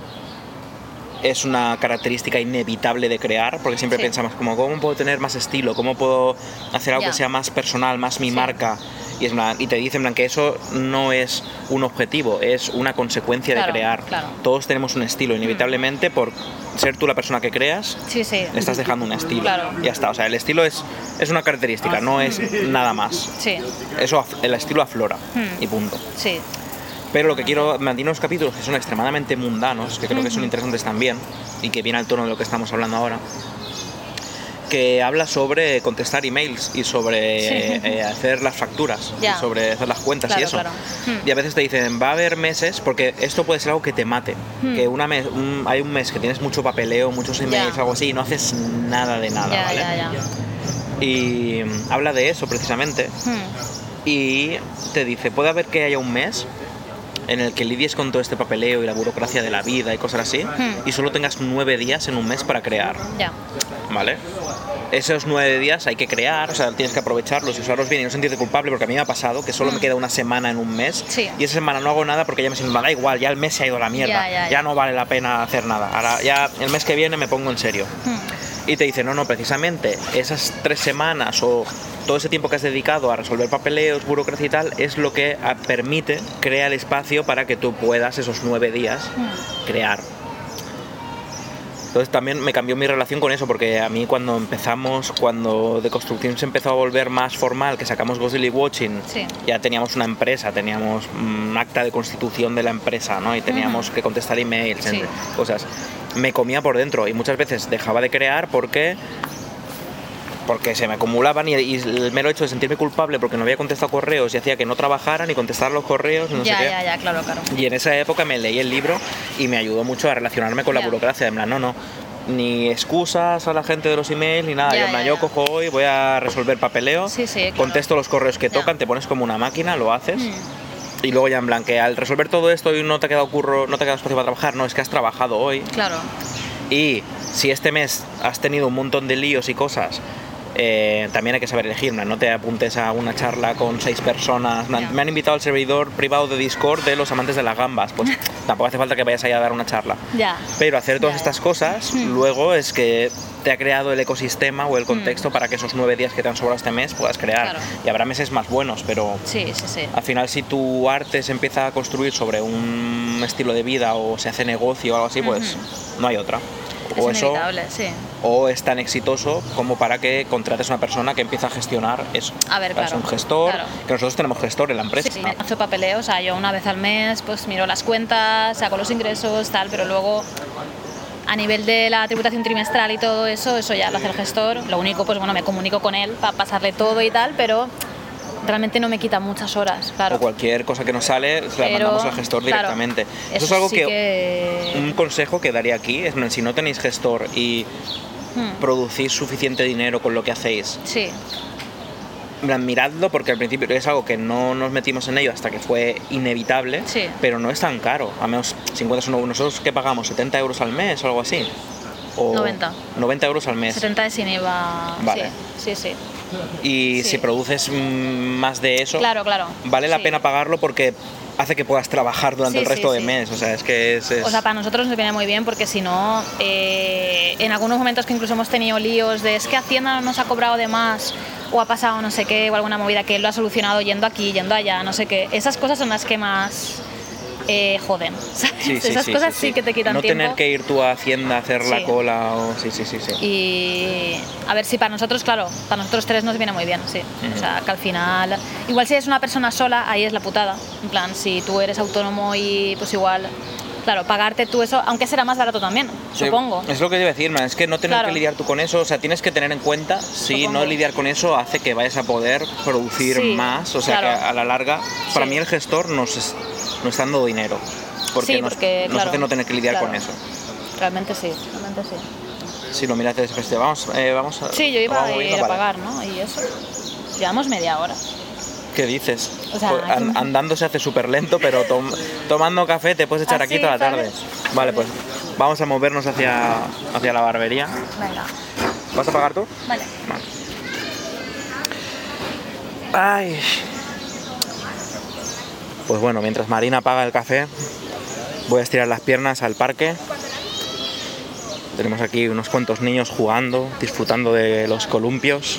es una característica inevitable de crear, porque siempre Sí. pensamos como, ¿cómo puedo tener más estilo? ¿Cómo puedo hacer algo Ya. que sea más personal, más mi Sí. marca? Y, es una- y te dicen en plan, que eso no es un objetivo, es una consecuencia Claro, de crear. claro. Todos tenemos un estilo, inevitablemente, por ser tú la persona que creas, Sí, sí. le estás dejando un estilo. Claro. Ya está, o sea, el estilo es, es una característica, no es nada más. Sí, Eso, af- el estilo aflora, Hmm. y punto. sí. Pero lo que quiero, me tiene unos capítulos que son extremadamente mundanos, que creo que son interesantes también, y que viene al tono de lo que estamos hablando ahora, que habla sobre contestar emails y sobre Sí. eh, hacer las facturas, Ya. y sobre hacer las cuentas y Claro, eso. claro. Hmm. Y a veces te dicen, va a haber meses, porque esto puede ser algo que te mate, Hmm. que una mes, un- hay un mes que tienes mucho papeleo, muchos emails, Ya. algo así, y no haces nada de nada, Ya, ¿vale? ya, ya. Y mm, habla de eso precisamente, Hmm. y te dice, puede haber que haya un mes en el que lidies con todo este papeleo y la burocracia de la vida y cosas así, Hmm. y solo tengas nueve días en un mes para crear, Ya. ¿vale? Esos nueve días hay que crear, o sea, tienes que aprovecharlos y usarlos bien y no sentirte culpable, porque a mí me ha pasado que solo me queda una semana en un mes, Hmm. Sí. y esa semana no hago nada porque ya me siento, da igual, ya el mes se ha ido a la mierda, Ya, ya, ya. no vale la pena hacer nada, ahora ya el mes que viene me pongo en serio. Hmm. Y te dice, no, no, precisamente esas tres semanas o todo ese tiempo que has dedicado a resolver papeleos, burocracia y tal, es lo que ah, permite, crea el espacio para que tú puedas esos nueve días crear. Entonces también me cambió mi relación con eso, porque a mí cuando empezamos, cuando de construcción se empezó a volver más formal, que sacamos Ghostly Watching, Sí. ya teníamos una empresa, teníamos un acta de constitución de la empresa, ¿no? Y teníamos que contestar emails, Sí. entre cosas. Me comía por dentro y muchas veces dejaba de crear porque porque se me acumulaban y, y el mero hecho de sentirme culpable porque no había contestado correos y hacía que no trabajara ni contestar los correos, no ya, sé qué. ya, ya, claro, claro. Y en esa época me leí el libro y me ayudó mucho a relacionarme con la Ya. burocracia. En plan, no, no, ni excusas a la gente de los emails ni nada. Ya, yo, en plan, ya, yo ya. cojo hoy, voy a resolver papeleo, Sí, sí, claro. contesto los correos que Ya. tocan, te pones como una máquina, lo haces. Mm. Y luego ya en plan, que al resolver todo esto y no te ha quedado curro, no te ha quedado espacio para trabajar, no, es que has trabajado hoy. Claro. Y si este mes has tenido un montón de líos y cosas, eh, también hay que saber elegir, no te apuntes a una charla con seis personas. Me han- Ya. Me han invitado al servidor privado de Discord de los amantes de las gambas, pues tampoco hace falta que vayas ahí a dar una charla. Ya. Pero hacer todas Ya, ya. estas cosas, luego es que te ha creado el ecosistema o el contexto para que esos nueve días que te han sobrado este mes puedas crear. Claro. Y habrá meses más buenos, pero Sí, sí, sí. al final si tu arte se empieza a construir sobre un estilo de vida o se hace negocio o algo así, pues no hay otra. o es eso, inevitable, sí. o es tan exitoso como para que contrates a una persona que empiece a gestionar eso. A ver, Es claro, un gestor, claro. que nosotros tenemos gestor en la empresa. Sí, me hace papeleo, o sea, yo una vez al mes pues miro las cuentas, saco los ingresos, tal, pero luego a nivel de la tributación trimestral y todo eso, eso ya lo hace el gestor. Lo único, pues bueno, me comunico con él para pasarle todo y tal, pero realmente no me quita muchas horas, claro. O cualquier cosa que nos sale, se la Pero, mandamos al gestor claro, directamente. Eso, eso es algo sí que, que- un consejo que daría aquí, es si no tenéis gestor y Hmm. producís suficiente dinero con lo que hacéis, Sí, en plan, miradlo, porque al principio es algo que no nos metimos en ello hasta que fue inevitable, Sí. pero no es tan caro. Al menos si encuentras uno, nosotros que pagamos setenta euros al mes o algo así. O noventa. noventa euros al mes. setenta de sin I V A. Vale. Sí, sí, sí. Y Sí. si produces mm, más de eso, Claro, claro. vale la Sí. pena pagarlo porque hace que puedas trabajar durante Sí, el resto sí, de sí. mes. O sea, es que es... es- O sea, para nosotros nos viene muy bien porque si no, eh, en algunos momentos que incluso hemos tenido líos de es que Hacienda no nos ha cobrado de más o ha pasado no sé qué o alguna movida que él lo ha solucionado yendo aquí, yendo allá, no sé qué. Esas cosas son las que más eh, joden, ¿sabes? Sí, sí, Esas sí, cosas sí, sí, sí. que te quitan no tiempo. tener que ir tú a Hacienda a hacer la Sí. cola o... Sí, sí, sí, sí. Y a ver si para nosotros, claro, para nosotros tres nos viene muy bien, sí. O sea, que al final, igual si eres una persona sola, ahí es la putada. En plan, si tú eres autónomo y pues igual, claro, pagarte tú eso, aunque será más barato también, Sí, supongo. Es lo que te iba a decir, man, es que no tener Claro. que lidiar tú con eso, o sea, tienes que tener en cuenta si Supongo. no lidiar con eso hace que vayas a poder producir Sí, más, o sea, claro. que a la larga, para Sí. mí el gestor nos, es- nos está dando dinero, porque, Sí, nos, porque, nos claro, hace no tener que lidiar claro. con eso. Realmente sí, realmente sí. Si lo miras desde este, vamos, eh, vamos a... Sí, yo iba vamos a moviendo, ir a vale. pagar, ¿no? Y eso. Llevamos media hora. ¿Qué dices? O sea, Pues, an- aquí- andando se hace súper lento, pero tom- tomando café te puedes echar Ah, aquí sí, toda la tarde. ¿sabes? Vale, pues vamos a movernos hacia, hacia la barbería. Venga. ¿Vas a pagar tú? Vale. Ay. Pues bueno, mientras Marina paga el café, voy a estirar las piernas al parque. Tenemos aquí unos cuantos niños jugando, disfrutando de los columpios.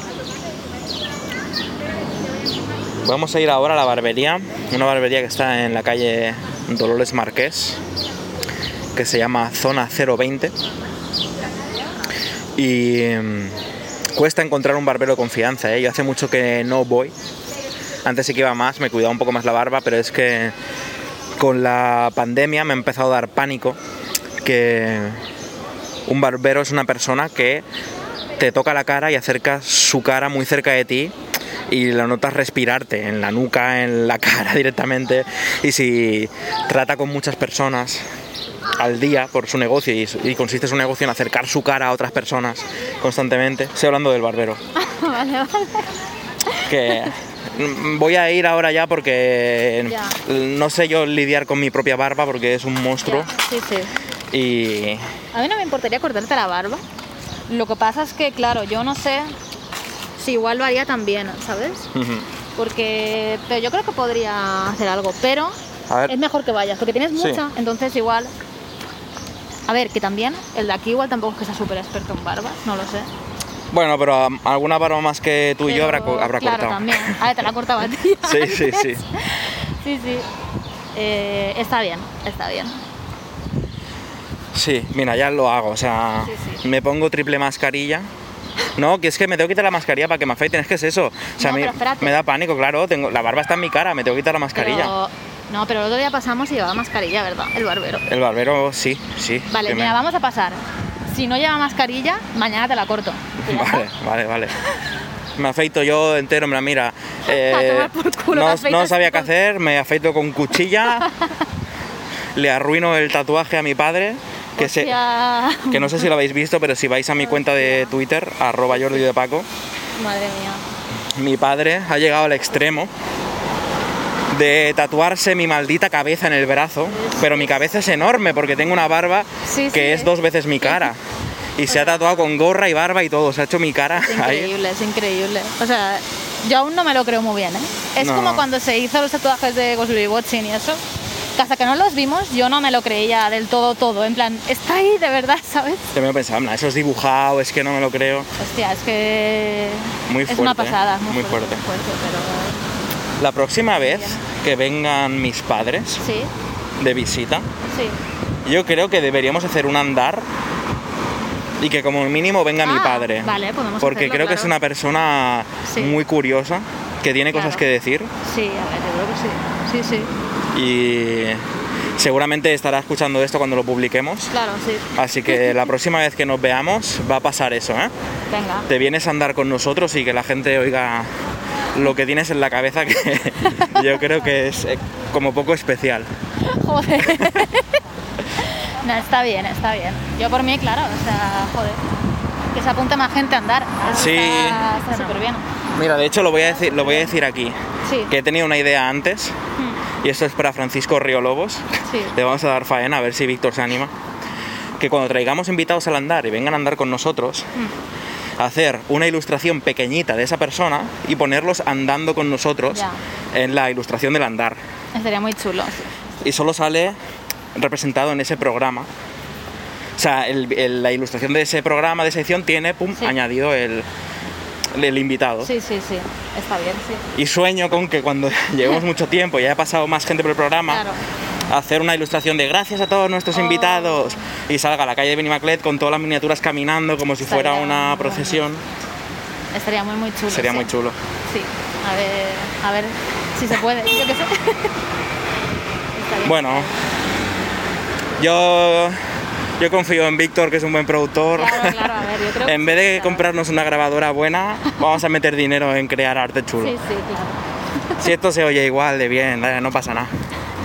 Vamos a ir ahora a la barbería, una barbería que está en la calle Dolores Marqués, que se llama Zona cero veinte. Y mm, cuesta encontrar un barbero de confianza, ¿eh? Yo hace mucho que no voy. Antes sí que iba más, me cuidaba un poco más la barba, pero es que con la pandemia me ha empezado a dar pánico que un barbero es una persona que te toca la cara y acerca su cara muy cerca de ti y lo notas respirarte en la nuca, en la cara directamente. Y si trata con muchas personas al día por su negocio y, y consiste su negocio en acercar su cara a otras personas constantemente. Estoy hablando del barbero. Vale, vale. Que mm, voy a ir ahora ya porque Ya. no sé yo lidiar con mi propia barba porque es un monstruo. Ya, sí, sí. Y A mí no me importaría cortarte la barba. Lo que pasa es que, claro, yo no sé si igual lo haría también, ¿sabes? ujú. Porque pero yo creo que podría hacer algo, pero A ver. es mejor que vayas, porque tienes Sí. mucha, entonces igual... A ver, que también, el de aquí igual tampoco es que sea súper experto en barbas, no lo sé. Bueno, pero um, alguna barba más que tú y yo habrá, co- Pero, habrá claro, cortado. también. A ver, te la cortaba a ti. Sí, sí, sí. Sí, sí. Eh, está bien, está bien. Sí, mira, ya lo hago. O sea, Sí, sí. me pongo triple mascarilla. No, que es que me tengo que quitar la mascarilla para que me afeiten. Es que es eso. O sea, No, me, pero espérate. me da pánico, claro. Tengo, la barba está en mi cara, me tengo que quitar la mascarilla. Pero, no, pero el otro día pasamos y llevaba mascarilla, ¿verdad? El barbero. El barbero, sí, sí. Vale, que me- mira, vamos a pasar. Si no lleva mascarilla, mañana te la corto. ¿Y ya está? Vale, vale, vale. Me afeito yo entero, mira, mira. eh, A tomar por culo, no, te afeitas no sabía qué con- hacer, me afeito con cuchilla. Le arruino el tatuaje a mi padre. Que, se, Hostia. que no sé si lo habéis visto, pero si vais a mi cuenta de Twitter, arroba Jordi de Paco, Madre mía. mi padre ha llegado al extremo de tatuarse mi maldita cabeza en el brazo, pero mi cabeza es enorme porque tengo una barba Sí, que sí. es dos veces mi cara. Y se ha tatuado con gorra y barba y todo, se ha hecho mi cara Es ahí. increíble, es increíble. O sea, yo aún no me lo creo muy bien, ¿eh? Es No. como cuando se hizo los tatuajes de Ghostly Watching y eso. Que hasta que no los vimos, yo no me lo creía del todo, todo. En plan, está ahí de verdad, ¿sabes? Yo me pensaba, "Nah, eso es dibujado, es que no me lo creo". Hostia, es que. Muy Es una fuerte, pasada, ¿eh? muy, Muy fuerte. fuerte. muy fuerte, pero. La próxima vez que vengan mis padres Sí, de visita, sí. yo creo que deberíamos hacer un andar y que como mínimo venga Ah, mi padre. vale, podemos Porque hacerlo, creo que claro. es una persona Sí. muy curiosa, que tiene cosas Claro. que decir Sí, a ver, yo creo que sí. Sí, sí. y seguramente estará escuchando esto cuando lo publiquemos. Claro, sí. Así que la próxima vez que nos veamos va a pasar eso, ¿eh? Venga. Te vienes a andar con nosotros y que la gente oiga lo que tienes en la cabeza, que yo creo que es eh, como poco especial. Joder. No, está bien, está bien. Yo por mí, claro, o sea, joder. Que se apunte más gente a andar. Eso Sí. Está, está súper bien. Mira, de hecho lo voy a decir, lo voy a decir aquí, Sí. que he tenido una idea antes, y esto es para Francisco Riolobos. Sí. Le vamos a dar faena a ver si Víctor se anima. Que cuando traigamos invitados al andar y vengan a andar con nosotros, hacer una ilustración pequeñita de esa persona y ponerlos andando con nosotros Ya. en la ilustración del andar. Estaría muy chulo. Sí. Y solo sale representado en ese programa. O sea, el- el- la ilustración de ese programa, de esa edición, tiene pum, Sí. añadido el, el invitado. Sí, sí, sí. Está bien, sí. Y sueño con que cuando llevemos mucho tiempo y haya pasado más gente por el programa, Claro. hacer una ilustración de gracias a todos nuestros Oh. invitados y salga a la calle de Benimaclet con todas las miniaturas caminando como si Estaría fuera una muy procesión. Estaría muy, muy chulo. Sería sí. muy chulo. Sí. A ver, a ver si se puede. Yo qué sé. Estaría- Bueno, yo, yo confío en Víctor, que es un buen productor. Claro, claro, a ver, yo creo que En vez sí, de claro. comprarnos una grabadora buena, vamos a meter dinero en crear arte chulo. Sí, sí, claro. Si esto se oye igual de bien, eh, no pasa nada.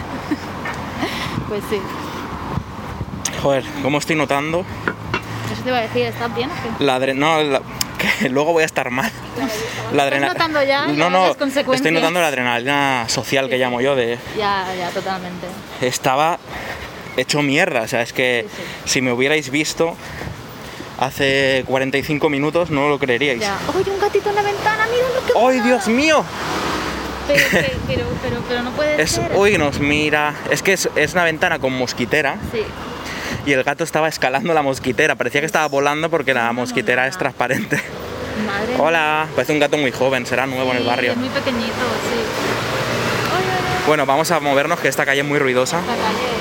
Pues sí. Joder, ¿cómo estoy notando? Eso te iba a decir, ¿estás bien o qué? La adre- no, la- que luego voy a estar mal. La ¿Estás notando ya No, las no, consecuencias? estoy notando la adrenalina social que llamo yo de... Ya, ya, totalmente. Estaba hecho mierda, o sea, es que Sí, si me hubierais visto hace cuarenta y cinco minutos no lo creeríais. Ya. Oye, un gatito en la ventana, mira lo que... ¡Ay, Dios mío! Pero, que- pero, pero, pero no puede Es, ser. uy, nos mira. Es que es, es una ventana con mosquitera Sí. y el gato estaba escalando la mosquitera. Parecía que estaba volando porque la No, no, mosquitera no, es no. transparente. Madre Hola, parece un gato muy joven, será nuevo en el Sí, barrio. Es muy pequeñito, sí. Ay, ay, ay, Bueno, vamos a movernos, que esta calle es muy ruidosa. la calle.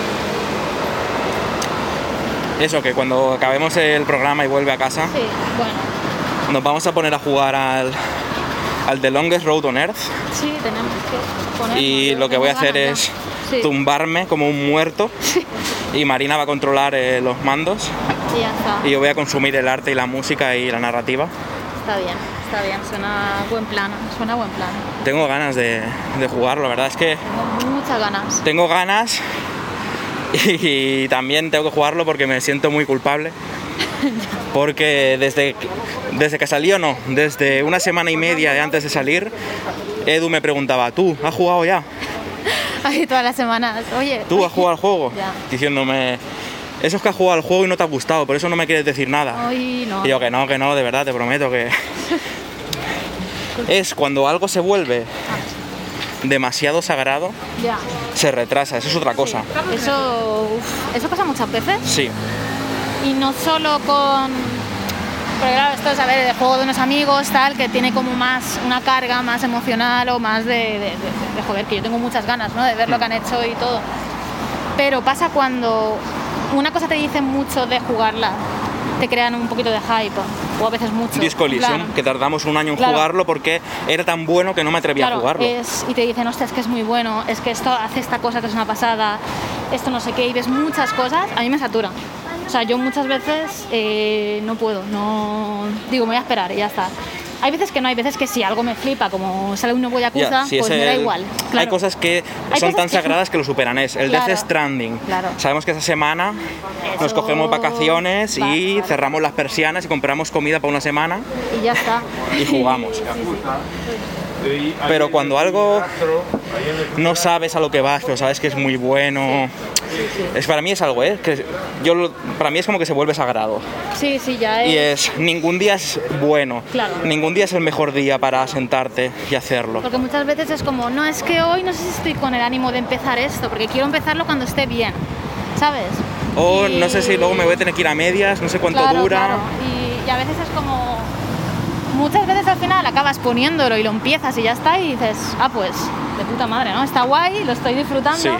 Eso, que cuando acabemos el programa y vuelve a casa, Sí, bueno. nos vamos a poner a jugar al, al The Longest Road on Earth. Sí, tenemos que ponernos. Y yo lo que voy a tengo hacer ganas es ya. Sí, tumbarme como un muerto y Marina va a controlar eh, los mandos y ya está. y yo voy a consumir el arte y la música y la narrativa. Está bien, está bien. Suena buen plan. Suena buen plan. Tengo ganas de, de jugarlo, la verdad es que Tengo muchas ganas. tengo ganas y, y también tengo que jugarlo porque me siento muy culpable. Porque desde, que- desde que salió, no, desde una semana y media antes de salir, Edu me preguntaba, ¿tú has jugado ya? Ahí todas las semanas. Oye. ¿Tú has jugado al juego? Ya. Diciéndome, eso es que has jugado al juego y no te ha gustado, por eso no me quieres decir nada. Hoy no. Y yo, que no, que no, de verdad, te prometo que... Es cuando algo se vuelve demasiado sagrado, Ya. se retrasa, eso es otra cosa. Eso, uf, eso pasa muchas veces. Sí, Y no solo con... Porque claro, esto es, a ver, el juego de unos amigos, tal, que tiene como más una carga más emocional o más de, de, de- de, joder, que yo tengo muchas ganas, ¿no? De ver lo que han hecho y todo. Pero pasa cuando una cosa te dice mucho de jugarla, te crean un poquito de hype, o a veces mucho. Disco En Elysium, plan, que tardamos un año en Claro. jugarlo porque era tan bueno que no me atrevía Claro, a jugarlo. es- y te dicen, hostia, es que es muy bueno, es que esto hace esta cosa que es una pasada, esto no sé qué, y ves muchas cosas, a mí me satura. O sea, yo muchas veces eh, no puedo, no digo, me voy a esperar y ya está. Hay veces que no, hay veces que sí, algo me flipa, como sale un nuevo Yakuza, Ya, si pues es me da el- igual. Hay claro. cosas que Hay son cosas tan que- sagradas que lo superan. Es el Claro, Death Stranding. claro. Sabemos que esa semana nos Eso cogemos vacaciones va, y vale. cerramos las persianas y compramos comida para una semana Y ya está. y jugamos. Sí, sí. Pero cuando algo no sabes a lo que vas, pero sabes que es muy bueno, es para mí es algo, ¿eh? Que yo lo- para mí es como que se vuelve sagrado. Sí, sí, ya es. Y es, ningún día es bueno, Claro. ningún día es el mejor día para sentarte y hacerlo. Porque muchas veces es como, no, es que hoy no sé si estoy con el ánimo de empezar esto, porque quiero empezarlo cuando esté bien, ¿sabes? O Y- no sé si luego me voy a tener que ir a medias, no sé cuánto Claro, dura. claro. Y, y a veces es como... Muchas veces al final acabas poniéndolo y lo empiezas y ya está y dices, ah, pues, de puta madre, ¿no? Está guay, lo estoy disfrutando. Sí.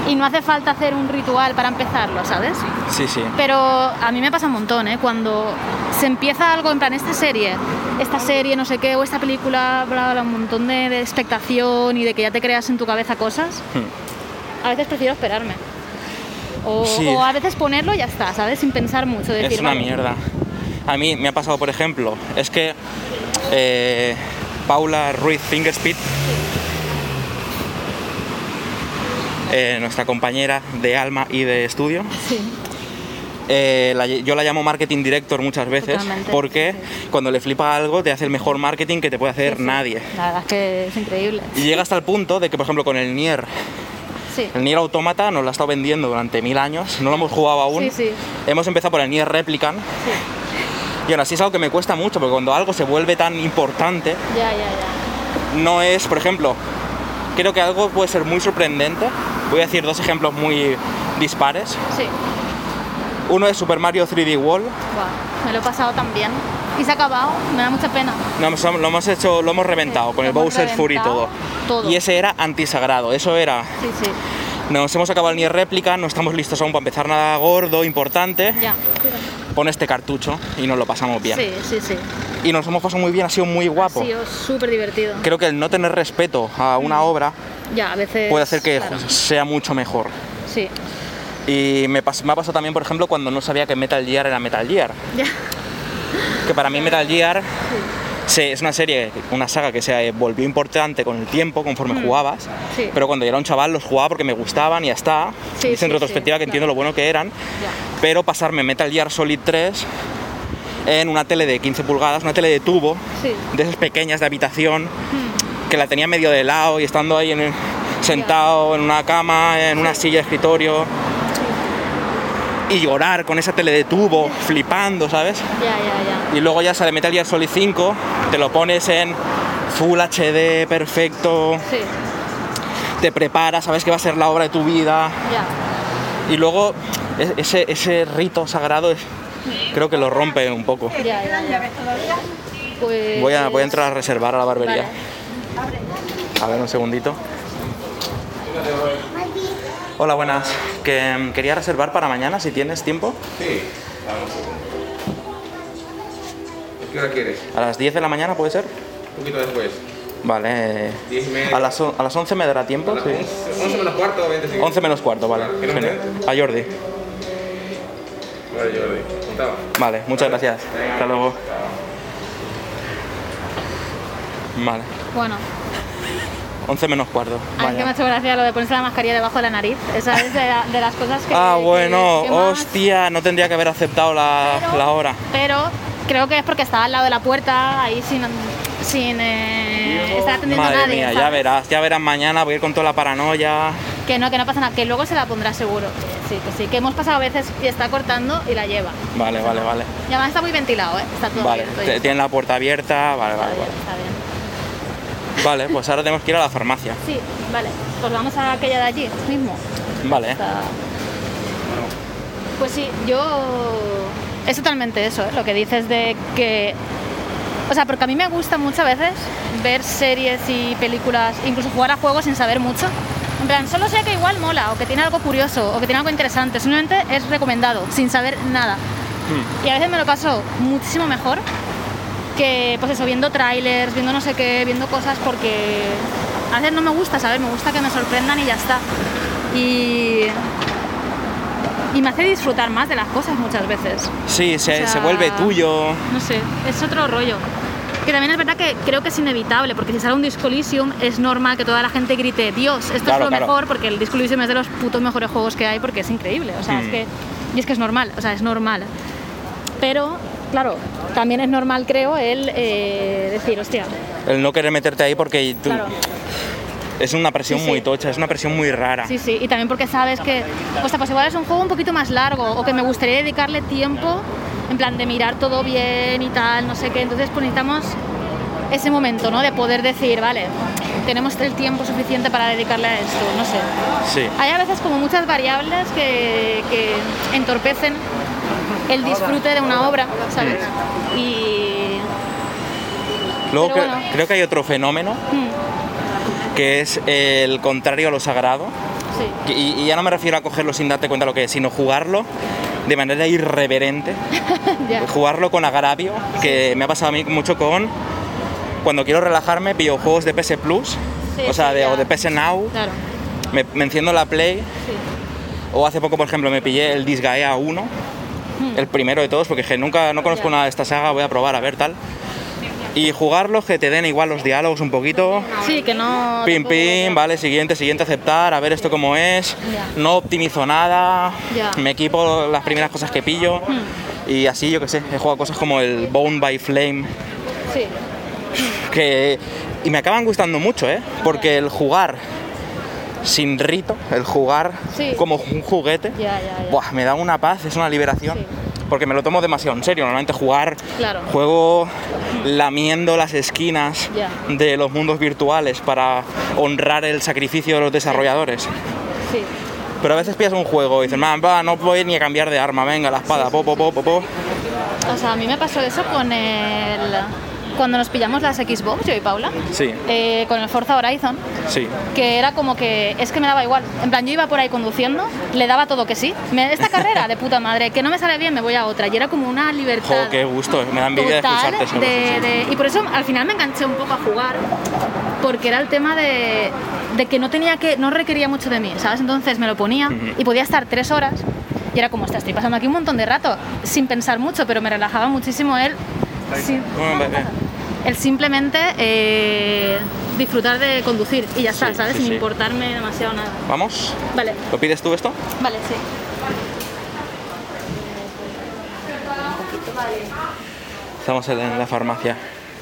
y no hace falta hacer un ritual para empezarlo, ¿sabes? Sí, sí. Pero a mí me pasa un montón, ¿eh? Cuando se empieza algo en plan, esta serie, esta serie, no sé qué, o esta película, bla, bla, un montón de, de expectación y de que ya te creas en tu cabeza cosas, hmm. a veces prefiero esperarme. O, sí. o a veces ponerlo y ya está, ¿sabes? Sin pensar mucho. Decir, es una vale. mierda. A mí me ha pasado, por ejemplo, es que eh, Paula Ruiz Fingerspeed, eh, nuestra compañera de alma y de estudio, sí. eh, la, yo la llamo marketing director muchas veces. Totalmente, porque sí, sí. cuando le flipa algo te hace el mejor marketing que te puede hacer sí, sí. nadie. La verdad es que es increíble. Y llega hasta el punto de que, por ejemplo, con el Nier, sí. el Nier Automata nos lo ha estado vendiendo durante mil años, no lo hemos jugado aún. Sí, sí. Hemos empezado por el Nier Replicant. Sí. Y aún así es algo que me cuesta mucho, porque cuando algo se vuelve tan importante, ya, ya, ya. no es, por ejemplo, creo que algo puede ser muy sorprendente. Voy a decir dos ejemplos muy dispares. Sí. Uno es Super Mario tres D World. Wow, me lo he pasado también. Y se ha acabado, me da mucha pena. No, lo hemos hecho, lo hemos reventado, sí, con el Bowser Fury y todo. todo. Y ese era antisagrado, eso era... Sí, sí. Nos hemos acabado el Nier Replicant, no estamos listos aún para empezar nada gordo, importante. Ya. Pon este cartucho y nos lo pasamos bien. Sí, sí, sí. Y nos hemos pasado muy bien, ha sido muy guapo. Ha sido súper divertido. Creo que el no tener respeto a una mm. obra ya, a veces, puede hacer que claro. sea mucho mejor. Sí. Y me, pas- me ha pasado también, por ejemplo, cuando no sabía que Metal Gear era Metal Gear. Ya. Que para mí Metal Gear sí. se, es una serie, una saga que se volvió importante con el tiempo, conforme mm. jugabas. Sí. Pero cuando yo era un chaval los jugaba porque me gustaban y ya está. Sí, es en sí, retrospectiva sí, que claro. entiendo lo bueno que eran. Ya. Pero pasarme Metal Gear Solid tres en una tele de quince pulgadas, una tele de tubo, sí. de esas pequeñas de habitación, mm. que la tenía medio de lado y estando ahí en el, sentado en una cama, en una silla de escritorio, y llorar con esa tele de tubo, flipando, ¿sabes? Ya, ya, ya. Y luego ya sale Metal Gear Solid cinco, te lo pones en Full H D, perfecto, sí. te preparas, sabes que va a ser la obra de tu vida, ya. y luego ese, ese rito sagrado es, creo que lo rompe un poco. Ya, ya, ya. Pues... Voy a, voy a entrar a reservar a la barbería. Vale. A ver, un segundito. Hola, buenas. Que quería reservar para mañana, si tienes tiempo. Sí, dame un segundo. ¿Qué hora quieres? A las diez de la mañana, ¿puede ser? Un poquito después. Vale. diez y media. A las, a las once me dará tiempo. A las Sí. once, once menos cuarto, veinte segundos. once menos cuarto, vale. ¿Qué nombre Genial. A Jordi. Vale, Jordi. Contaba. Vale, muchas gracias. Hasta luego. Vale. Bueno. once menos cuarto. A mí que me ha hecho gracia lo de ponerse la mascarilla debajo de la nariz. Esa es de, la, de las cosas que... Ah, bueno, que, que más... hostia, no tendría que haber aceptado la, pero, la hora. Pero creo que es porque estaba al lado de la puerta, ahí sin, sin eh, estar atendiendo Madre a nadie. mía, ¿sabes? ya verás, ya verás mañana, voy a ir con toda la paranoia. Que no, que no pasa nada, que luego se la pondrá seguro. Sí, que sí, que hemos pasado a veces y está cortando y la lleva. Vale, vale, vale. Y además está muy ventilado, ¿eh? Está todo Vale, abierto. tienen la puerta abierta, vale, Está vale, bien, vale. está bien. Vale, pues ahora tenemos que ir a la farmacia. Sí, vale. Pues vamos a aquella de allí mismo. Vale. Está... Pues sí, yo... Es totalmente eso, ¿eh? Lo que dices de que... O sea, porque a mí me gusta muchas veces ver series y películas, incluso jugar a juegos sin saber mucho. En plan, solo sé que igual mola, o que tiene algo curioso, o que tiene algo interesante. Simplemente es recomendado, sin saber nada. Hmm. Y a veces me lo paso muchísimo mejor que, pues eso, viendo trailers, viendo no sé qué, viendo cosas, porque a veces no me gusta saber, me gusta que me sorprendan y ya está. Y... Y me hace disfrutar más de las cosas muchas veces. Sí, se, o sea, se vuelve tuyo. No sé, es otro rollo. Que también es verdad que creo que es inevitable, porque si sale un Disco Elysium es normal que toda la gente grite Dios, esto claro, es lo claro. mejor, porque el Disco Elysium es de los putos mejores juegos que hay, porque es increíble. O sea, mm. es que... Y es que es normal, o sea, es normal. Pero, claro, también es normal, creo, el eh, decir, hostia... El no querer meterte ahí porque tú... Claro. Es una presión Sí, sí. muy tocha, es una presión muy rara. Sí, sí, y también porque sabes que, o sea, pues igual es un juego un poquito más largo, o que me gustaría dedicarle tiempo, en plan de mirar todo bien y tal, no sé qué, entonces pues necesitamos ese momento, ¿no? De poder decir, vale, tenemos el tiempo suficiente para dedicarle a esto, no sé. Sí. Hay a veces como muchas variables que, que entorpecen el disfrute de una obra, ¿sabes? Mm. Y... Luego Pero cre- bueno. creo que hay otro fenómeno, Mm. que es el contrario a lo sagrado. Sí. Y, y ya no me refiero a cogerlo sin darte cuenta lo que es, sino jugarlo de manera irreverente. Ya. Jugarlo con agravio, que me ha pasado a mí mucho con... Cuando quiero relajarme, pillo juegos de P S Plus, Sí, o sea, sí, de, ya. o de P S Now, Claro. me, me enciendo la Play, Sí. o hace poco, por ejemplo, me pillé el Disgaea uno, el primero de todos, porque dije, nunca no conozco Ya. nada de esta saga, voy a probar a ver tal. Y jugarlos, que te den igual los diálogos un poquito, Sí, que no... pim tampoco- pim, vale, siguiente, siguiente, aceptar, a ver esto cómo es, Ya. no optimizo nada, Ya. me equipo las primeras cosas que pillo, y así, yo qué sé, he jugado cosas como el Bone by Flame, Sí. que y me acaban gustando mucho, ¿eh? Porque el jugar sin rito, el jugar Sí. como un juguete, Ya, ya, ya. buah, me da una paz, es una liberación. Sí. Porque me lo tomo demasiado en serio. Normalmente jugar, Claro. juego lamiendo las esquinas Ya. de los mundos virtuales para honrar el sacrificio de los desarrolladores. Sí. Pero a veces pillas un juego y dices, man, va, no voy ni a cambiar de arma, venga, la espada, po, po, po, po, po. O sea, a mí me pasó eso con el... Cuando nos pillamos las Xbox, yo y Paula, Sí, eh, con el Forza Horizon, sí. que era como que es que me daba igual. En plan, yo iba por ahí conduciendo, le daba todo que sí. Me, esta carrera de puta madre, que no me sale bien, me voy a otra. Y era como una libertad. Jo, qué gusto, me da envidia de total escucharte sobre de- eso, sí. de- Y por eso al final me enganché un poco a jugar, porque era el tema de, de que no tenía que, no requería mucho de mí, ¿sabes? Entonces me lo ponía y podía estar tres horas y era como, "Ostras, estoy pasando aquí un montón de rato sin pensar mucho", pero me relajaba muchísimo el, sí, Bueno, ve, ve. el simplemente eh, disfrutar de conducir y ya está, Sí, ¿sabes? sí, Sin sí. importarme demasiado nada. Vamos, Vale, ¿lo pides tú esto? vale, sí. Estamos en en la farmacia.